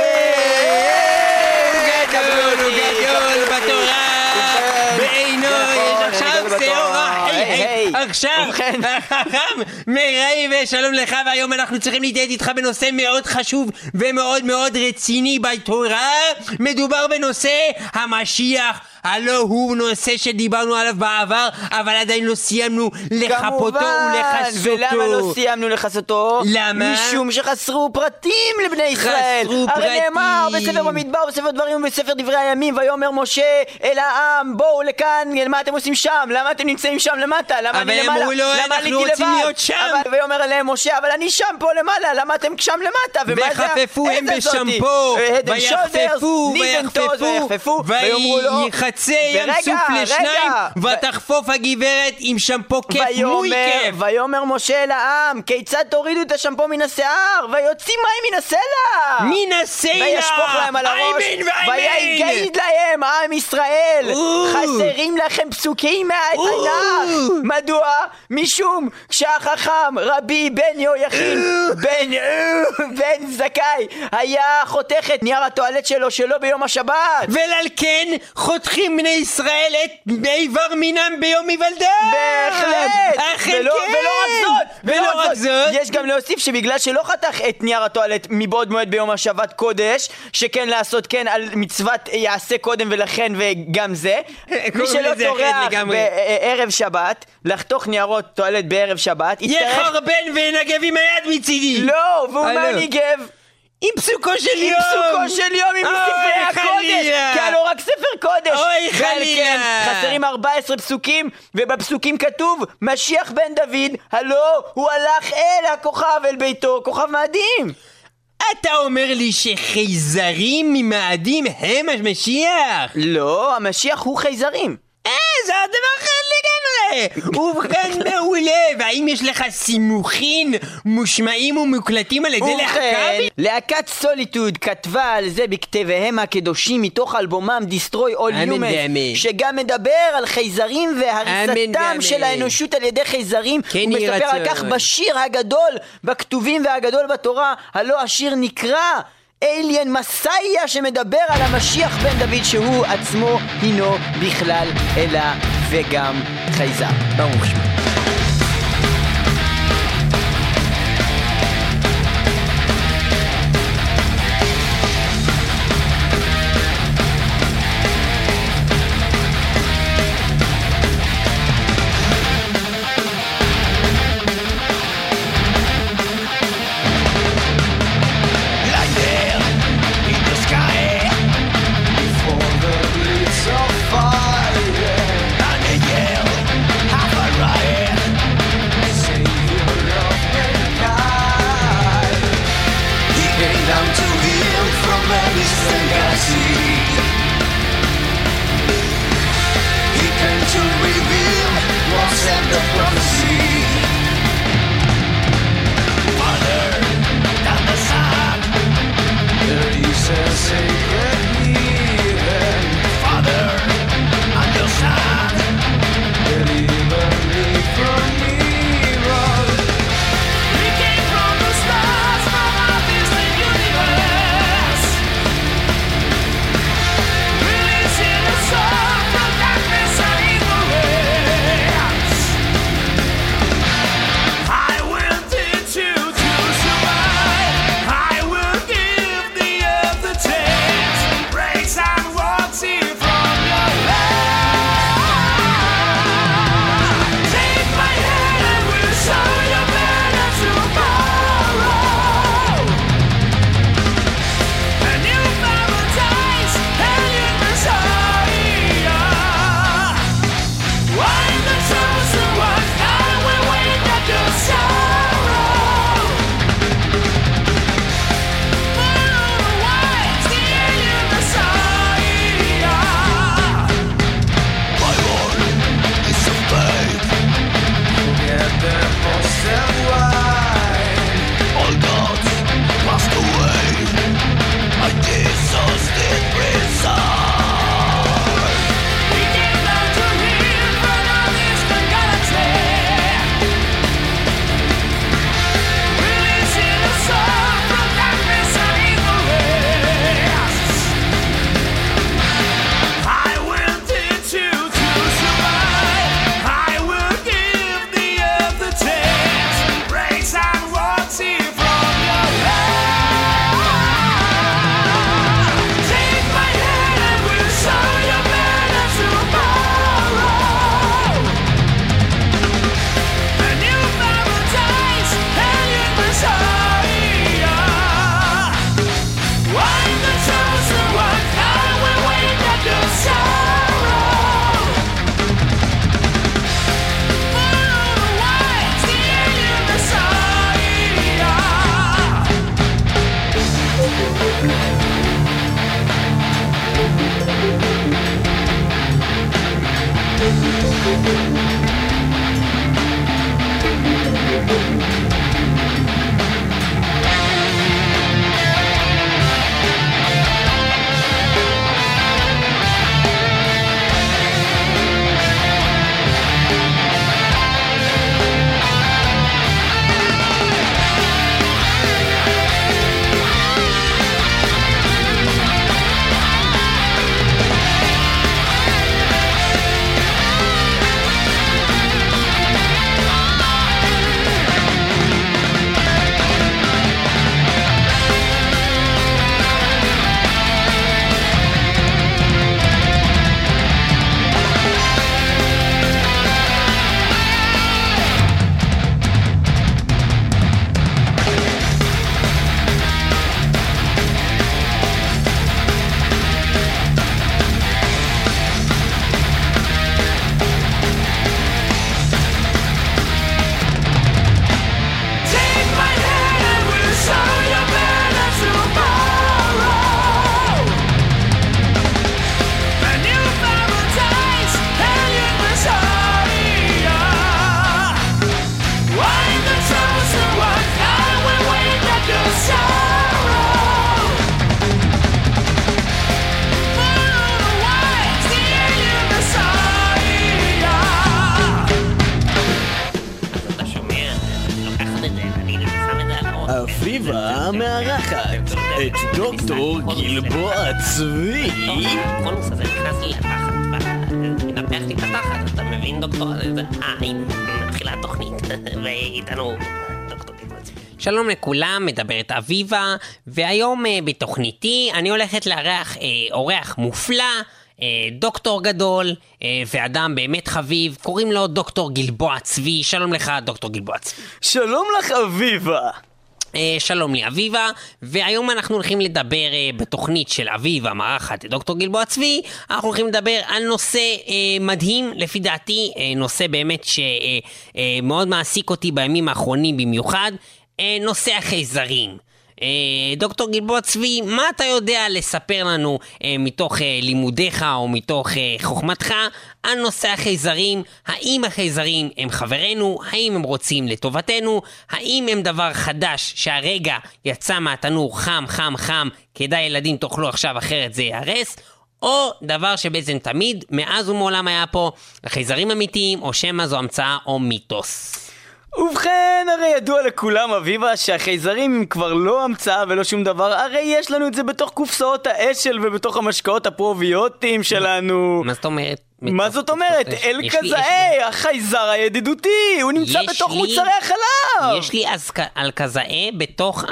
הוא גדול, הוא גדול בתורה, בעינו יש עכשיו שעור אחי, עכשיו החכם מרייב, שלום לך, והיום אנחנו צריכים להתייעץ איתך בנושא מאוד חשוב ומאוד מאוד רציני בתורה. מדובר בנושא המשיח, הלא הוא נושא שדיברנו עליו בעבר, אבל עדיין לא סיימנו לחפותו ולחסותו. ולמה לא סיימנו לחסותו? למה? משום שחסרו פרטים לבני ישראל. חסרו הרי פרטים. נאמר בספר במדבר, בספר דברים ובספר דברי הימים, ויאמר משה אל העם, בואו לכאן, מה אתם עושים שם? למה אתם נמצאים שם למטה? למה אני למעלה? אבל אמרו לו, אנחנו רוצים להיות שם. אבל ויאמר אליהם משה, אבל אני שם פה למעלה, למה אתם שם למטה? וחפפו הם בשמפו, ויחפפו, ויחפפו, ויחצה ים סוף לשניים, ותחפוף הגברת עם שמפו כיף מוי כיף. ויאמר משה אל העם, כיצד תורידו את השמפו מן השיער, ויוציא מים מן הסלע. מן הסלע. וישפוך להם על הראש, ויגעיד להם עם ישראל. חסרים לכם פסוקים מהתנ"ך. מדוע? משום כשהחכם רבי בן יהויכין בן בן זכאי היה חותך את נייר הטואלט שלו שלא ביום השבת, ועל כן חותכים בני ישראל את איבר מינם ביום היוולדם. בהחלט. ולא רק זאת, ולא רק זאת, יש גם להוסיף שבגלל שלא חתך את נייר הטואלט מבעוד מועד ביום השבת קודש, שכן לעשות כן על מצוות יעשה קודם, ולכן וגם זה מי שלא טורח בערב שבת לחתוך ניירות טואלט בערב שבת יחרבן ונגב עם היד מצידי. לא, והוא מה ניגב? עם פסוקו של יום, עם פסוקו של יום, עם ספרי הקודש, כי הלא רק ספר קודש. אוי חלילה. חסרים ארבע עשרה פסוקים, ובפסוקים כתוב משיח בן דוד, הלא הוא הלך אל הכוכב, אל ביתו, כוכב מאדים. אתה אומר לי שחייזרים ממאדים הם המשיח? לא, המשיח הוא חייזרים. אה, זה הדבר אחר לגמרי. ובכן מעולה, והאם יש לך סימוכין מושמעים ומוקלטים על ידי להקה? להקת סוליטוד כתבה על זה בכתביהם הקדושים מתוך אלבומם Destroy All Humans, שגם מדבר על חייזרים והריסתם של האנושות על ידי חייזרים. הוא מספר על כך בשיר הגדול בכתובים והגדול בתורה, הלא השיר נקרא אליין מסאיה, שמדבר על המשיח בן דוד שהוא עצמו הינו בכלל אלא וגם חייזר. ברוך שמו. אביבה מארחת את דוקטור גלבוע צבי. כל נושא זה נכנס לי לתחת, מנפח לי את התחת, אתה מבין דוקטור? אה, הנה, מתחילה התוכנית, ואיתנו דוקטור גלבוע צבי. שלום לכולם, מדברת אביבה, והיום בתוכניתי אני הולכת לארח אורח מופלא, דוקטור גדול ואדם באמת חביב, קוראים לו דוקטור גלבוע צבי. שלום לך דוקטור גלבוע צבי. שלום לך אביבה. שלום לי אביבה, והיום אנחנו הולכים לדבר בתוכנית של אביבה מארחת דוקטור גלבוע צבי. אנחנו הולכים לדבר על נושא מדהים לפי דעתי, נושא באמת שמאוד מעסיק אותי בימים האחרונים במיוחד, נושא החייזרים. דוקטור גלבוע צבי, מה אתה יודע לספר לנו מתוך לימודיך או מתוך חוכמתך על נושא החייזרים? האם החייזרים הם חברינו? האם הם רוצים לטובתנו? האם הם דבר חדש שהרגע יצא מהתנור חם חם חם, כדאי ילדים תאכלו עכשיו אחרת זה יהרס? או דבר שבעצם תמיד מאז ומעולם היה פה החייזרים אמיתיים, או שמא זו המצאה או מיתוס? ובכן, הרי ידוע לכולם אביבה שהחייזרים הם כבר לא המצאה ולא שום דבר, הרי יש לנו את זה בתוך קופסאות האשל ובתוך המשקאות הפרוביוטיים שלנו. מה זאת אומרת? מה זאת אומרת? אל כזאה, החייזר הידידותי, הוא נמצא בתוך מוצרי החלב. יש לי אל כזאה בתוך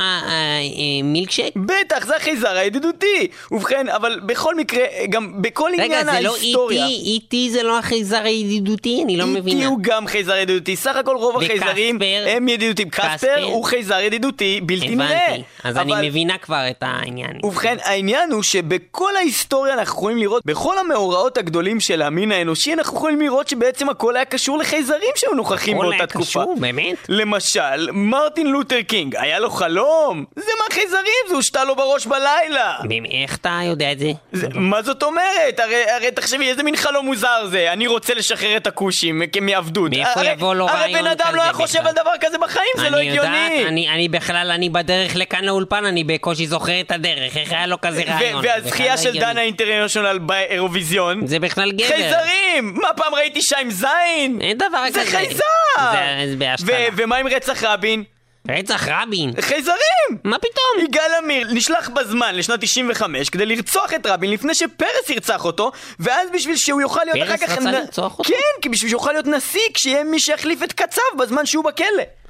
המילקשייק? בטח, זה החייזר הידידותי. ובכן, אבל בכל מקרה, גם בכל עניין ההיסטוריה... רגע, זה לא איטי, זה לא החייזר הידידותי? אני לא מבינה. איטי הוא גם חייזר ידידותי, סך הכל רוב החייזרים הם ידידותיים. קספר הוא חייזר ידידותי בלתי נראה. הבנתי, אז אני מבינה כבר את העניין. ובכן, העניין הוא שבכל ההיסטוריה אנחנו יכולים לראות, בכל המאורעות הגדולים של המין האנושי, אנחנו יכולים לראות שבעצם הכל היה קשור לחייזרים שהיו נוכחים באותה תקופה. הכל היה קשור, באמת? למשל, מרטין לותר קינג, היה לו חלום. זה מהחייזרים, זה הושתה לו בראש בלילה. איך אתה יודע את זה? זה מה זאת אומרת? הרי, הרי תחשבי, איזה מין חלום מוזר זה. אני רוצה לשחרר את הכושים מעבדות. מאיפה יבוא לו רעיון כזה? הרי בן אדם לא היה חושב על דבר כזה בחיים, זה לא הגיוני. אני, אני בכלל, אני בדרך לכאן לאולפן, אני בקושי זוכר את הדרך. איך היה לו כזה רעיון? והזכייה של דנה אינטרנשיונל באירוויזיון. זה בכלל גבר. חייזרים! מה פעם ראיתי אישה עם זין? אין דבר כזה. זה חייזר! זה בהשתלה. ומה עם רצח רבין? רצח רבין? חייזרים! מה פתאום? יגאל עמיר נשלח בזמן לשנת תשעים וחמש כדי לרצוח את רבין לפני שפרס ירצח אותו, ואז בשביל שהוא יוכל להיות אחר כך... פרס רצה לרצוח אותו? כן, כי בשביל שהוא יוכל להיות נשיא כשיהיה מי שיחליף את קצב בזמן שהוא בכלא.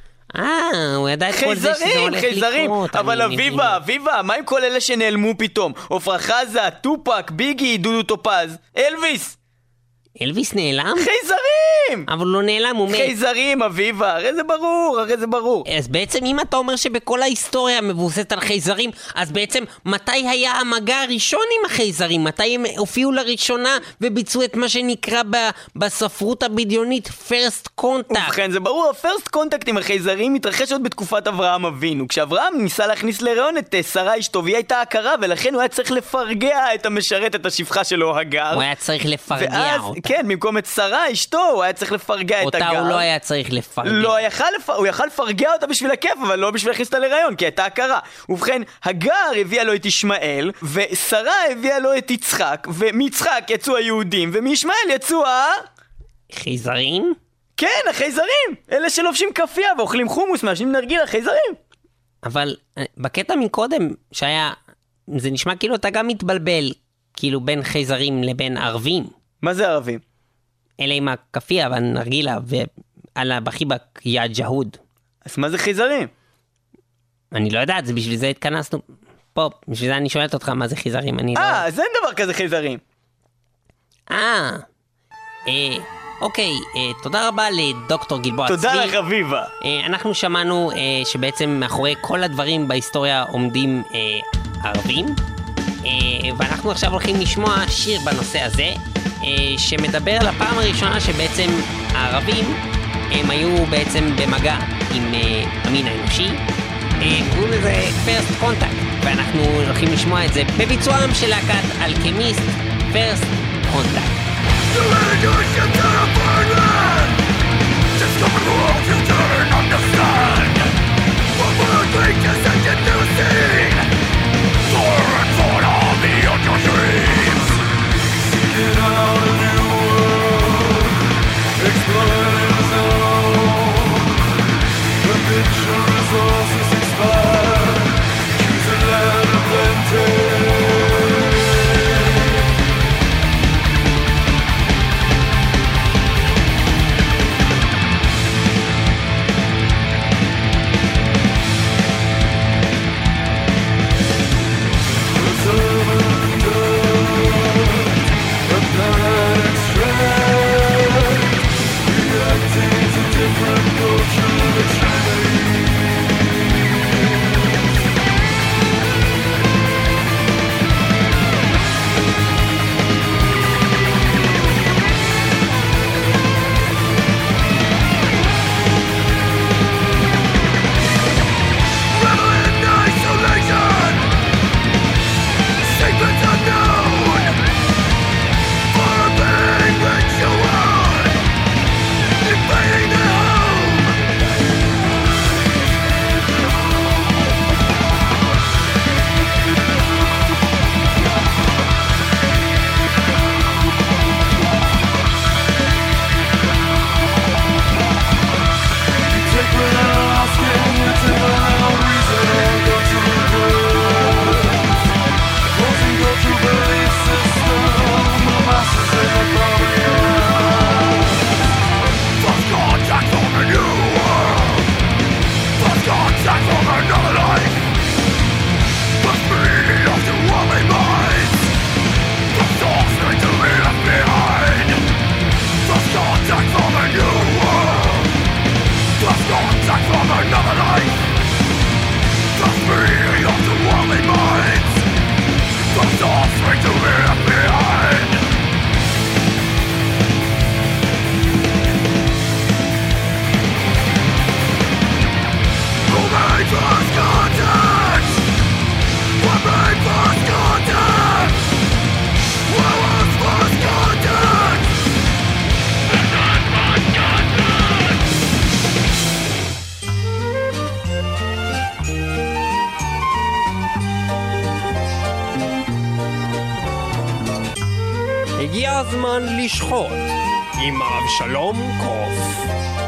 אה, הוא ידע את כל זה שזה הולך לקרות. אבל אביבה, אביבה, מה עם כל אלה שנעלמו פתאום? עפרה חזה, טופק, ביגי, דודו טופז, אלוויס? אלוויס נעלם? חייזרים! אבל לא נעלם, הוא מת. חייזרים, אביבה, הרי זה ברור, הרי זה ברור. אז בעצם אם אתה אומר שבכל ההיסטוריה מבוססת על חייזרים, אז בעצם מתי היה המגע הראשון עם החייזרים? מתי הם הופיעו לראשונה וביצעו את מה שנקרא ב- בספרות הבדיונית first contact? ובכן, זה ברור, ה-first contact עם החייזרים מתרחש עוד בתקופת אברהם אבינו. כשאברהם ניסה להכניס להיריון את שרה אשתו, והיא הייתה הכרה, ולכן הוא היה צריך לפרגע את המשרת, את השפחה שלו, הגר. הוא היה צריך לפרגע ואז, אותה. כן, במקום את שרה אשתו, הוא היה צריך לפרגע את הגר. אותה הוא לא היה צריך לפרגע. לא, יכל לפ... הוא יכל לפרגע אותה בשביל הכיף, אבל לא בשביל להכניס אותה להיריון, כי הייתה הכרה. ובכן, הגר הביאה לו את ישמעאל, ושרה הביאה לו את יצחק, ומיצחק יצאו היהודים, ומישמעאל יצאו ה... חייזרים? כן, החייזרים! אלה שלובשים כפייה ואוכלים חומוס, מעשנים נרגילה, חייזרים! אבל בקטע מקודם, שהיה... זה נשמע כאילו אתה גם מתבלבל, כאילו בין חייזרים לבין ערבים. מה זה ערבים? אלה עם הכפייה והנרגילה, ועל הבחיבק יא ג'הוד. אז מה זה חייזרים? אני לא יודעת, זה בשביל זה התכנסנו פה, בשביל זה אני שואלת אותך מה זה חייזרים, אני לא... אה, אז אין דבר כזה חייזרים. אה, אה, אוקיי, אה, תודה רבה לדוקטור גלבוע צבי. תודה לך אביבה. אה, אנחנו שמענו אה, שבעצם מאחורי כל הדברים בהיסטוריה עומדים אה, ערבים, אה, ואנחנו עכשיו הולכים לשמוע שיר בנושא הזה, אה, שמדבר על הפעם הראשונה שבעצם הערבים הם היו בעצם במגע עם אה, המין האנושי. קוראים לזה first contact, ואנחנו הולכים לשמוע את זה בביצועם של להקת אלכמיסט, first contact. The picture is also six five. הגיע הזמן לשחוט עם אבשלום קוף.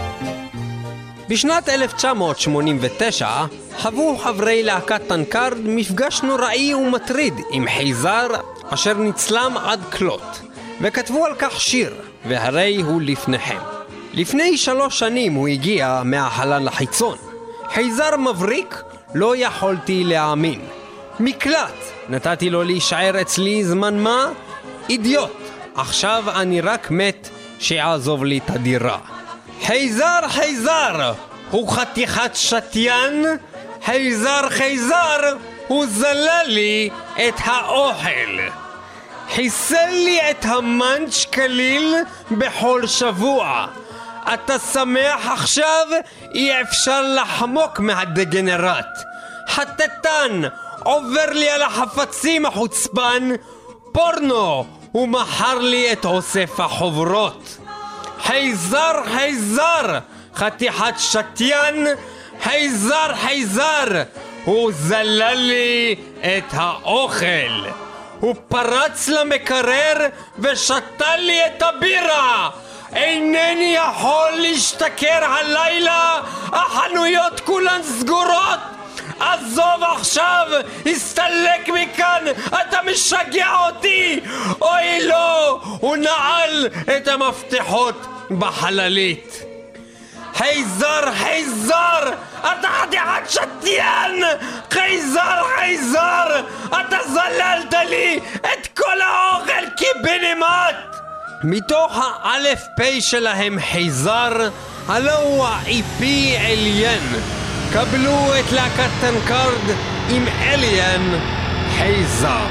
בשנת אלף תשע מאות שמונים ותשע חוו חברי להקת טנקרד מפגש נוראי ומטריד עם חייזר אשר נצלם עד כלות, וכתבו על כך שיר, והרי הוא לפניכם. לפני שלוש שנים הוא הגיע מהחלל לחיצון. חייזר מבריק, לא יכולתי להאמין. מקלט, נתתי לו להישאר אצלי זמן מה? אידיוט, עכשיו אני רק מת שיעזוב לי את הדירה. חייזר, חייזר, הוא חתיכת שטיין? חייזר, חייזר, הוא זלל לי את האוכל. חיסל לי את המנץ' כליל בכל שבוע. אתה שמח עכשיו? אי אפשר לחמוק מהדגנרט. חטטן, עובר לי על החפצים החוצפן. פורנו, הוא מכר לי את אוסף החוברות. חייזר, חייזר, חתיכת שטיין. חייזר, חייזר, הוא זלל לי את האוכל. הוא פרץ למקרר ושתה לי את הבירה. אינני יכול להשתכר הלילה, החנויות כולן סגורות. עזוב עכשיו, הסתלק מכאן, אתה משגע אותי. אוי לא, הוא נעל את המפתחות בחללית. חייזר, חייזר, אתה חתיכת שטיין. חייזר, חייזר, אתה זללת לי את כל האוכל קיבינימט. מתוך האלף פי שלהם חייזר, הלא הוא האיפי אליין. קבלו את להקת טנקרד עם אליין חייזר.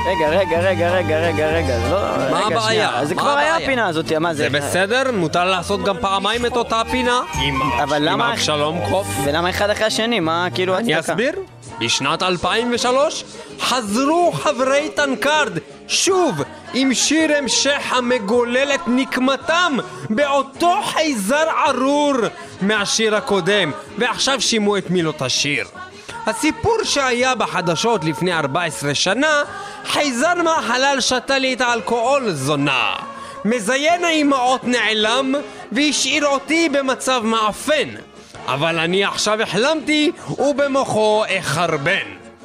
רגע, רגע, רגע, רגע, רגע, רגע, מה הבעיה? זה כבר היה הפינה הזאת, מה זה? זה בסדר? מותר לעשות גם פעמיים את אותה פינה? אבל למה... עם אבשלום קוף? ולמה אחד אחרי השני? מה כאילו הצדקה? אני אסביר. בשנת אלפיים ושלוש חזרו חברי טנקרד שוב עם שיר המשך המגולל את נקמתם באותו חייזר ארור מהשיר הקודם, ועכשיו שימו את מילות השיר. הסיפור שהיה בחדשות לפני ארבע עשרה שנה, חייזר מהחלל שתה לי את האלכוהול זונה. מזיין האימהות נעלם והשאיר אותי במצב מאפן. אבל אני עכשיו החלמתי ובמוחו החרבן.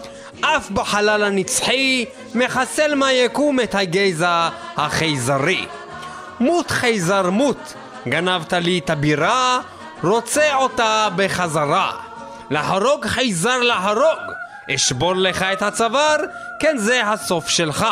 אף בחלל הנצחי מחסל מהיקום את הגזע החייזרי. מות חייזר מות, גנבת לי את הבירה, רוצה אותה בחזרה. להרוג חייזר להרוג, אשבור לך את הצוואר, כן זה הסוף שלך.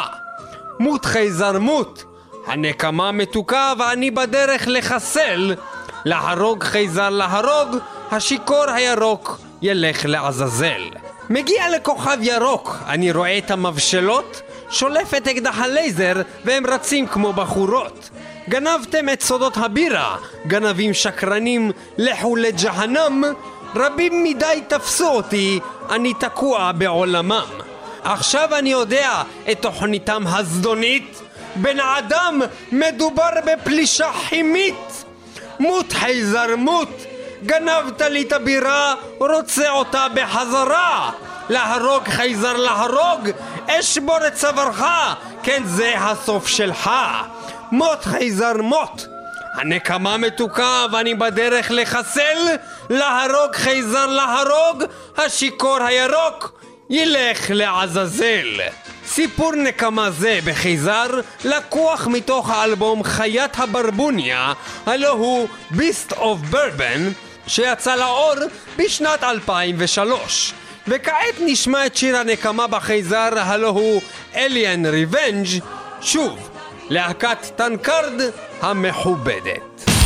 מות חייזר מות, הנקמה מתוקה ואני בדרך לחסל. להרוג חייזר להרוג, השיקור הירוק ילך לעזאזל. מגיע לכוכב ירוק, אני רואה את המבשלות, שולף את אקדח הלייזר והם רצים כמו בחורות. גנבתם את סודות הבירה, גנבים שקרנים, לכו לג'הנם. רבים מדי תפסו אותי, אני תקוע בעולמם. עכשיו אני יודע את תוכניתם הזדונית, בן אדם מדובר בפלישה כימית. מות חייזר מות, גנבת לי את הבירה, רוצה אותה בחזרה. להרוג חייזר להרוג, אשבור את צווארך, כן זה הסוף שלך. מות חייזר מות, הנקמה מתוקה ואני בדרך לחסל. להרוג חייזר להרוג, השיקור הירוק ילך לעזאזל. סיפור נקמה זה בחייזר לקוח מתוך האלבום חיית הברבוניה, הלא הוא Beast of Bourbon, שיצא לאור בשנת אלפיים ושלוש. וכעת נשמע את שיר הנקמה בחייזר, הלא הוא Alien Revenge, שוב להקת טנקרד המכובדת.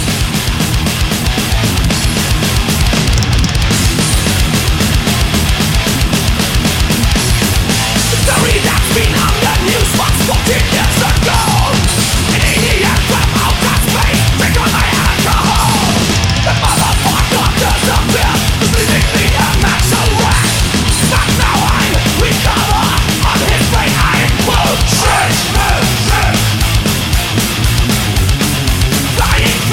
Story that's been on the news was fourteen years ago. An idiot from outer space drank all my alcohol. The motherfucker disappeared, leaving me a mess of wreck. But now I'm recover on his brain. I will shit, shit, shit. Flying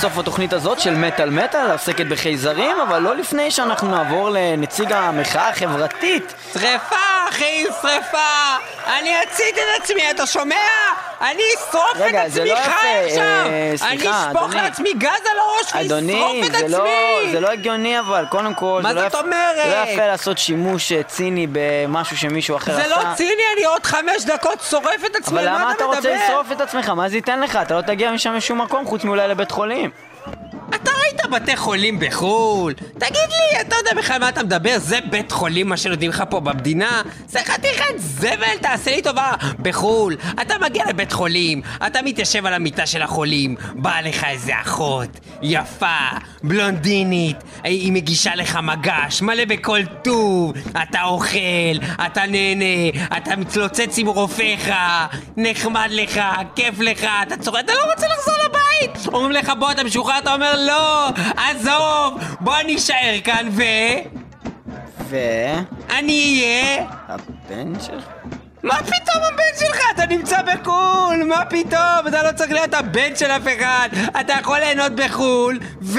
לסוף התוכנית הזאת של מטל מטל, עוסקת בחייזרים, אבל לא לפני שאנחנו נעבור לנציג המחאה החברתית. שריפה, אחי, שריפה! אני אצית את עצמי, אתה שומע? אני אשרוף את עצמי חי עכשיו! אני אשפוך לעצמי גז על הראש ואשרוף את עצמי! אדוני, זה לא הגיוני אבל, קודם כל... מה זאת אומרת? זה לא יפה לעשות שימוש ציני במשהו שמישהו אחר עשה. זה לא ציני, אני עוד חמש דקות שורף את עצמי, אבל למה אתה רוצה מדבר? לשרוף את עצמך? מה זה ייתן לך? אתה לא תגיע משם לשום מקום חוץ מאולי לבית חולים. אתה ראית בתי חולים בחול? תגיד לי, אתה יודע בכלל מה אתה מדבר? זה בית חולים מה שנותנים לך פה במדינה? זה חתיכת זבל, תעשה לי טובה. בחול, אתה מגיע לבית חולים, אתה מתיישב על המיטה של החולים, באה לך איזה אחות יפה, בלונדינית, היא מגישה לך מגש מלא בכל טוב, אתה אוכל, אתה נהנה, אתה מצלוצץ עם רופאיך, נחמד לך, כיף לך, אתה צורק, אתה לא רוצה לחזור לבית, אומרים לך בוא אתה משוחרר, אתה אומר לא, עזוב, בוא נשאר כאן ו... ו... אני אהיה... הבן שלך? מה פתאום הבן שלך? אתה נמצא בחול, מה פתאום? אתה לא צריך להיות הבן של אף אחד, אתה יכול ליהנות בחול ו...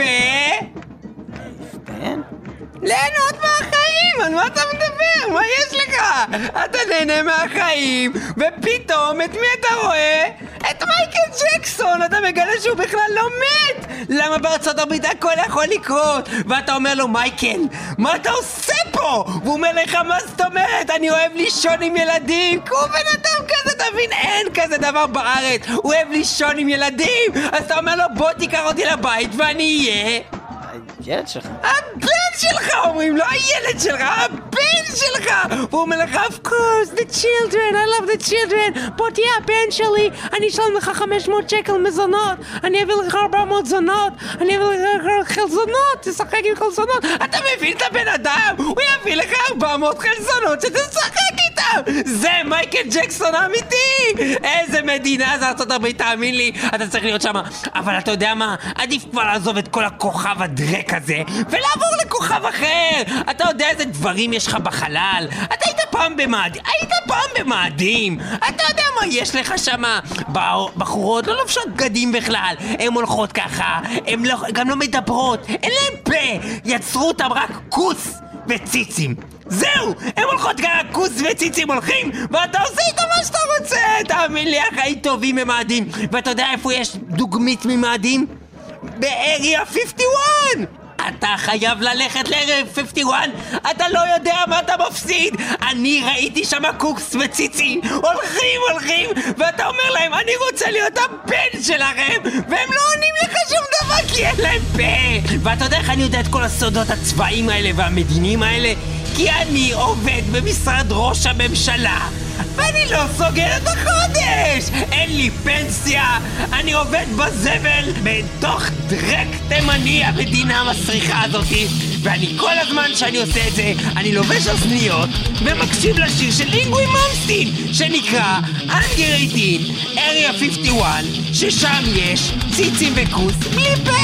בן? ליהנות מהחיים, על מה אתה מדבר? מה יש לך? אתה נהנה מהחיים, ופתאום את מי אתה רואה? את מייקל ג'קסון, אתה מגלה שהוא בכלל לא מת! למה בארצות הברית הכל יכול לקרות? ואתה אומר לו, מייקל, מה אתה עושה פה? והוא אומר לך, מה זאת אומרת? אני אוהב לישון עם ילדים, כי הוא בן אדם כזה, תבין, אין כזה דבר בארץ, הוא אוהב לישון עם ילדים, אז אתה אומר לו, בוא תיקח אותי לבית ואני אהיה... הילד שלך. הבן שלך, אומרים לו, הילד שלך, הבן שלך! והוא אומר לך, of course, the children, I love the children, בוא תהיה הבן שלי, אני אשלם לך חמש מאות שקל מזונות, אני אביא לך ארבע מאות זונות, אני אביא לך חלזונות, תשחק עם חלזונות, אתה מבין את הבן אדם? הוא יביא לך ארבע מאות חלזונות שתשחק איתם! זה מייקל ג'קסון האמיתי! איזה מדינה זה ארצות הברית, תאמין לי, אתה צריך להיות שם, אבל אתה יודע מה? עדיף כבר לעזוב את כל הכוכב הדרק הזה ולעבור לכוכב אחר. אתה יודע איזה דברים יש לך בחלל? אתה היית פעם במאדים, היית פעם במאדים, אתה יודע מה יש לך שם? בחורות לא לובשות בגדים בכלל, הן הולכות ככה, הן לא, גם לא מדברות, אין להן פה, יצרו אותם רק כוס וציצים, זהו, הם הולכות ככה כוס וציצים הולכים ואתה עושה איתה מה שאתה רוצה. תאמין לי, החיים טובים ממאדים. ואתה יודע איפה יש דוגמית ממאדים? באריה חמישים ואחת! אתה חייב ללכת לאריה חמישים ואחת, אתה לא יודע מה אתה מפסיד. אני ראיתי שם קוקס וציצים הולכים הולכים ואתה אומר להם אני רוצה להיות הבן שלכם והם לא עונים לך שום דבר כי אין להם פה. ואתה יודע איך אני יודע את כל הסודות הצבאיים האלה והמדיניים האלה? כי אני עובד במשרד ראש הממשלה ואני לא סוגר את החודש, אין לי פנסיה, אני עובד בזבל בתוך דרק תימני, המדינה המסריחה הזאתי, ואני כל הזמן שאני עושה את זה אני לובש אוזניות ומקשיב לשיר של לינגוי ממסטין שנקרא אנגר שמונה עשרה, אריה חמישים ואחת, ששם יש ציצים וכוס בלי פה.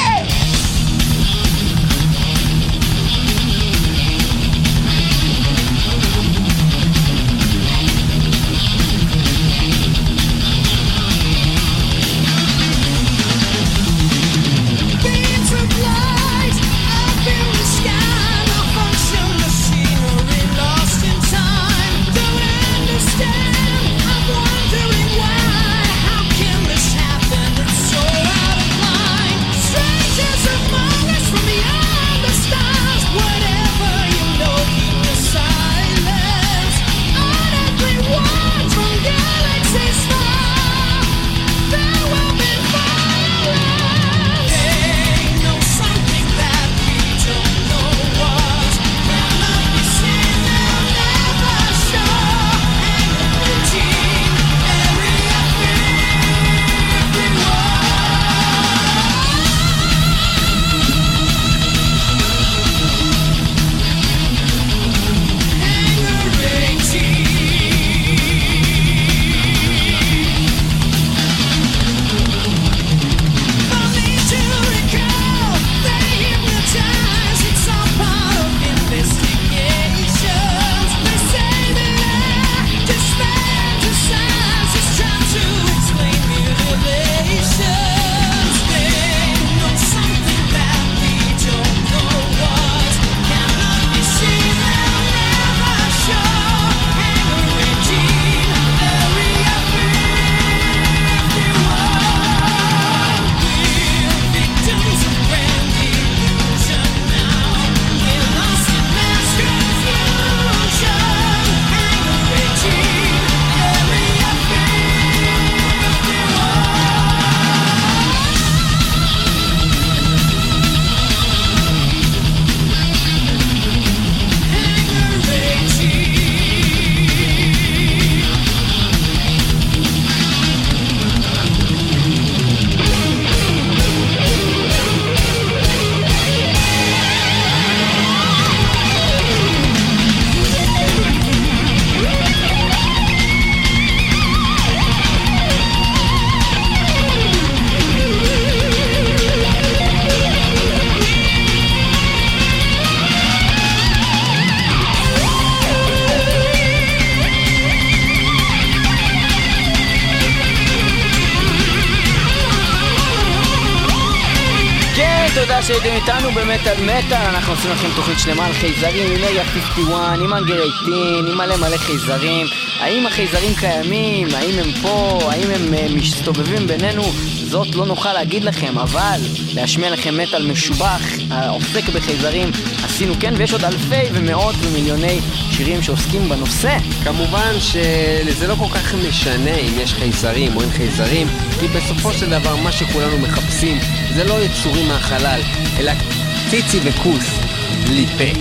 Say תודה שהייתם איתנו במטל מטל. אנחנו עושים לכם תוכנית שלמה על חייזרים עם אריה חמישים ואחת, עם אנגר שמונה עשרה, עם מלא מלא חייזרים. האם החייזרים קיימים? האם הם פה? האם הם uh, מסתובבים בינינו? זאת לא נוכל להגיד לכם, אבל להשמיע לכם מטל משובח העוסק בחייזרים עשינו כן, ויש עוד אלפי ומאות ומיליוני שירים שעוסקים בנושא. כמובן שזה לא כל כך משנה אם יש חייזרים או אין חייזרים, כי בסופו של דבר מה שכולנו מחפשים זה לא יצורים מהחלל, אלא ציצי וכוס ליפה.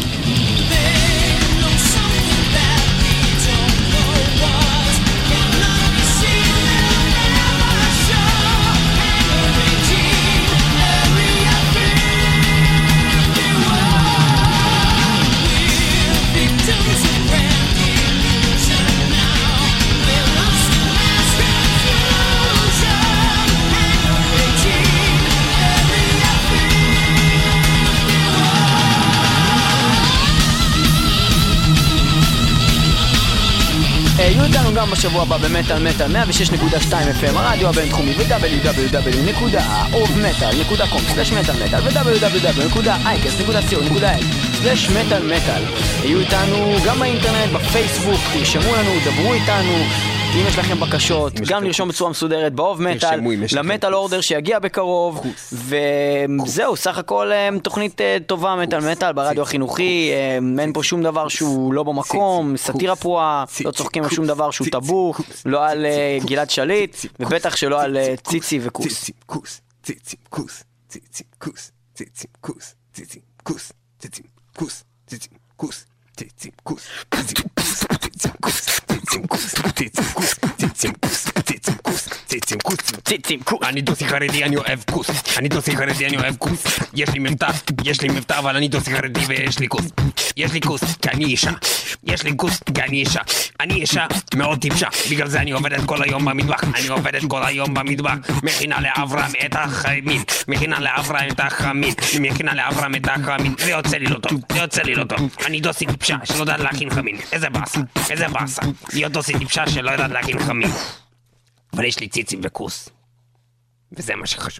יהיו איתנו גם בשבוע הבא במטל מטל מאה ושש נקודה שתיים אף אם, הרדיו הבינתחומי ו-דאבליו דאבליו דאבליו נקודה אוב מטל נקודה קום סלש מטל מטל ו-דאבליו דאבליו דאבליו נקודה אייקס נקודה סי או נקודה איי סלש מטל מטל. יהיו איתנו גם באינטרנט, בפייסבוק, תרשמו לנו, דברו איתנו. אם יש לכם בקשות, גם לרשום בצורה מסודרת באוב מטל, למטל אורדר שיגיע בקרוב, וזהו, סך הכל תוכנית טובה מטל מטל ברדיו החינוכי, אין פה שום דבר שהוא לא במקום, סטירה פרועה, לא צוחקים על שום דבר שהוא טאבו, לא על גלעד שליט, ובטח שלא על ציצי וכוס. ציצי כוס, ציצי כוס, ציצי כוס, ציצי כוס, ציצי כוס, ציצי כוס, ציצי כוס, ציצי כוס, ציצי כוס. אני דוסי חרדי, אני אוהב כוס. אני דוסי חרדי, אני אוהב כוס. יש לי מבטא, יש לי מבטא, אבל אני דוסי חרדי ויש לי כוס. יש לי כוס, כי אני אישה. יש לי כוס, כי אני אישה. אני אישה מאוד טיפשה, בגלל זה אני עובדת כל היום במטבח. אני עובדת כל היום במטבח. מכינה לאברהם את החמין. מכינה לאברהם את החמין. מכינה לאברהם את החמין. זה יוצא לי לא טוב, זה יוצא לי לא טוב. אני דוסי טיפשה שלא יודעת להכין חמין. איזה באסה, איזה באסה. להיות דוסי טיפשה שלא יודעת להכין חמין. אבל יש לי ציצים וכוס. וזה מה שחשוב.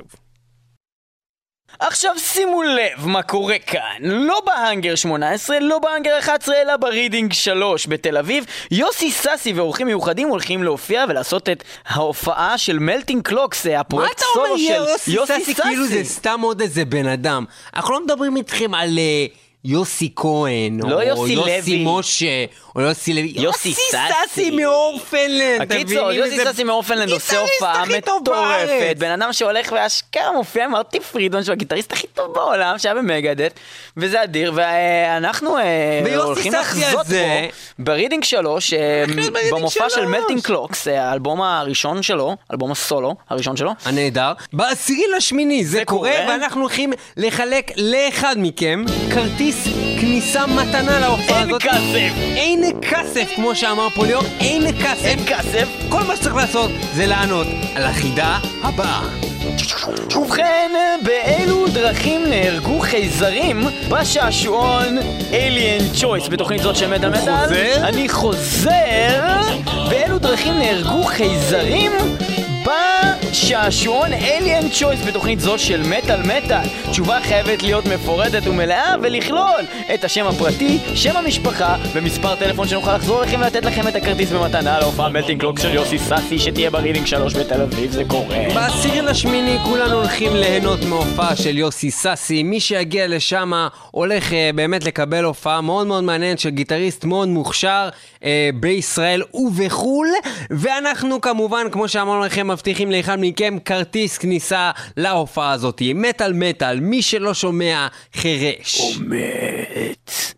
עכשיו שימו לב מה קורה כאן. לא בהאנגר שמונה עשרה, לא בהאנגר אחת עשרה, אלא ברידינג שלוש בתל אביב. יוסי ססי ואורחים מיוחדים הולכים להופיע ולעשות את ההופעה של מלטינג קלוקס, הפרויקט סולו של יוסי ססי. כאילו זה סתם עוד איזה בן אדם. אנחנו לא מדברים איתכם על יוסי כהן, לא או יוסי יוסי לוי. משה, או יוסי לוי. יוסי ססי מאור פנלנד. הקיצור, יוסי ססי מאור פנלנד עושה הופעה מטורפת. בן אדם שהולך ואשכרה מופיע עם ארטי פרידמן, שהוא הגיטריסט הכי טוב בעולם, שהיה במגדט, וזה אדיר, ואנחנו הולכים לחזות בו ברידינג שלוש, במופע של מלטינג קלוקס, האלבום הראשון שלו, אלבום הסולו הראשון שלו. הנהדר. בעשירי לשמיני זה קורה, ואנחנו הולכים לחלק לאחד מכם כרטיס כניסה מתנה להופעה הזאת. אין כסף! אין כסף, כמו שאמר פה ליאור, אין כסף. אין כסף. כל מה שצריך לעשות זה לענות על החידה הבאה. ובכן, באילו דרכים נהרגו חייזרים בשעשועון Alien Choice בתוכנית זאת של מטל מטל? אני חוזר. באילו דרכים נהרגו חייזרים בשעשועון Alien Choice בתוכנית זו של מטל מטל? תשובה חייבת להיות מפורטת ומלאה ולכלול את השם הפרטי, שם המשפחה ומספר טלפון שנוכל לחזור לכם ולתת לכם את הכרטיס במתנה להופעה מלטינג קלוק של יוסי ססי שתהיה ברידינג שלוש בתל אביב. זה קורה. בעשירי לשמיני כולנו הולכים ליהנות מהופעה של יוסי ססי. מי שיגיע לשם הולך אה, באמת לקבל הופעה מאוד מאוד מעניינת של גיטריסט מאוד מוכשר אה, בישראל ובחול, ואנחנו כמובן כמו שאמרנו לכם מבטיחים לאחד מכם כרטיס כניסה להופעה הזאת. מטל מטל, מי שלא שומע חרש. אומרת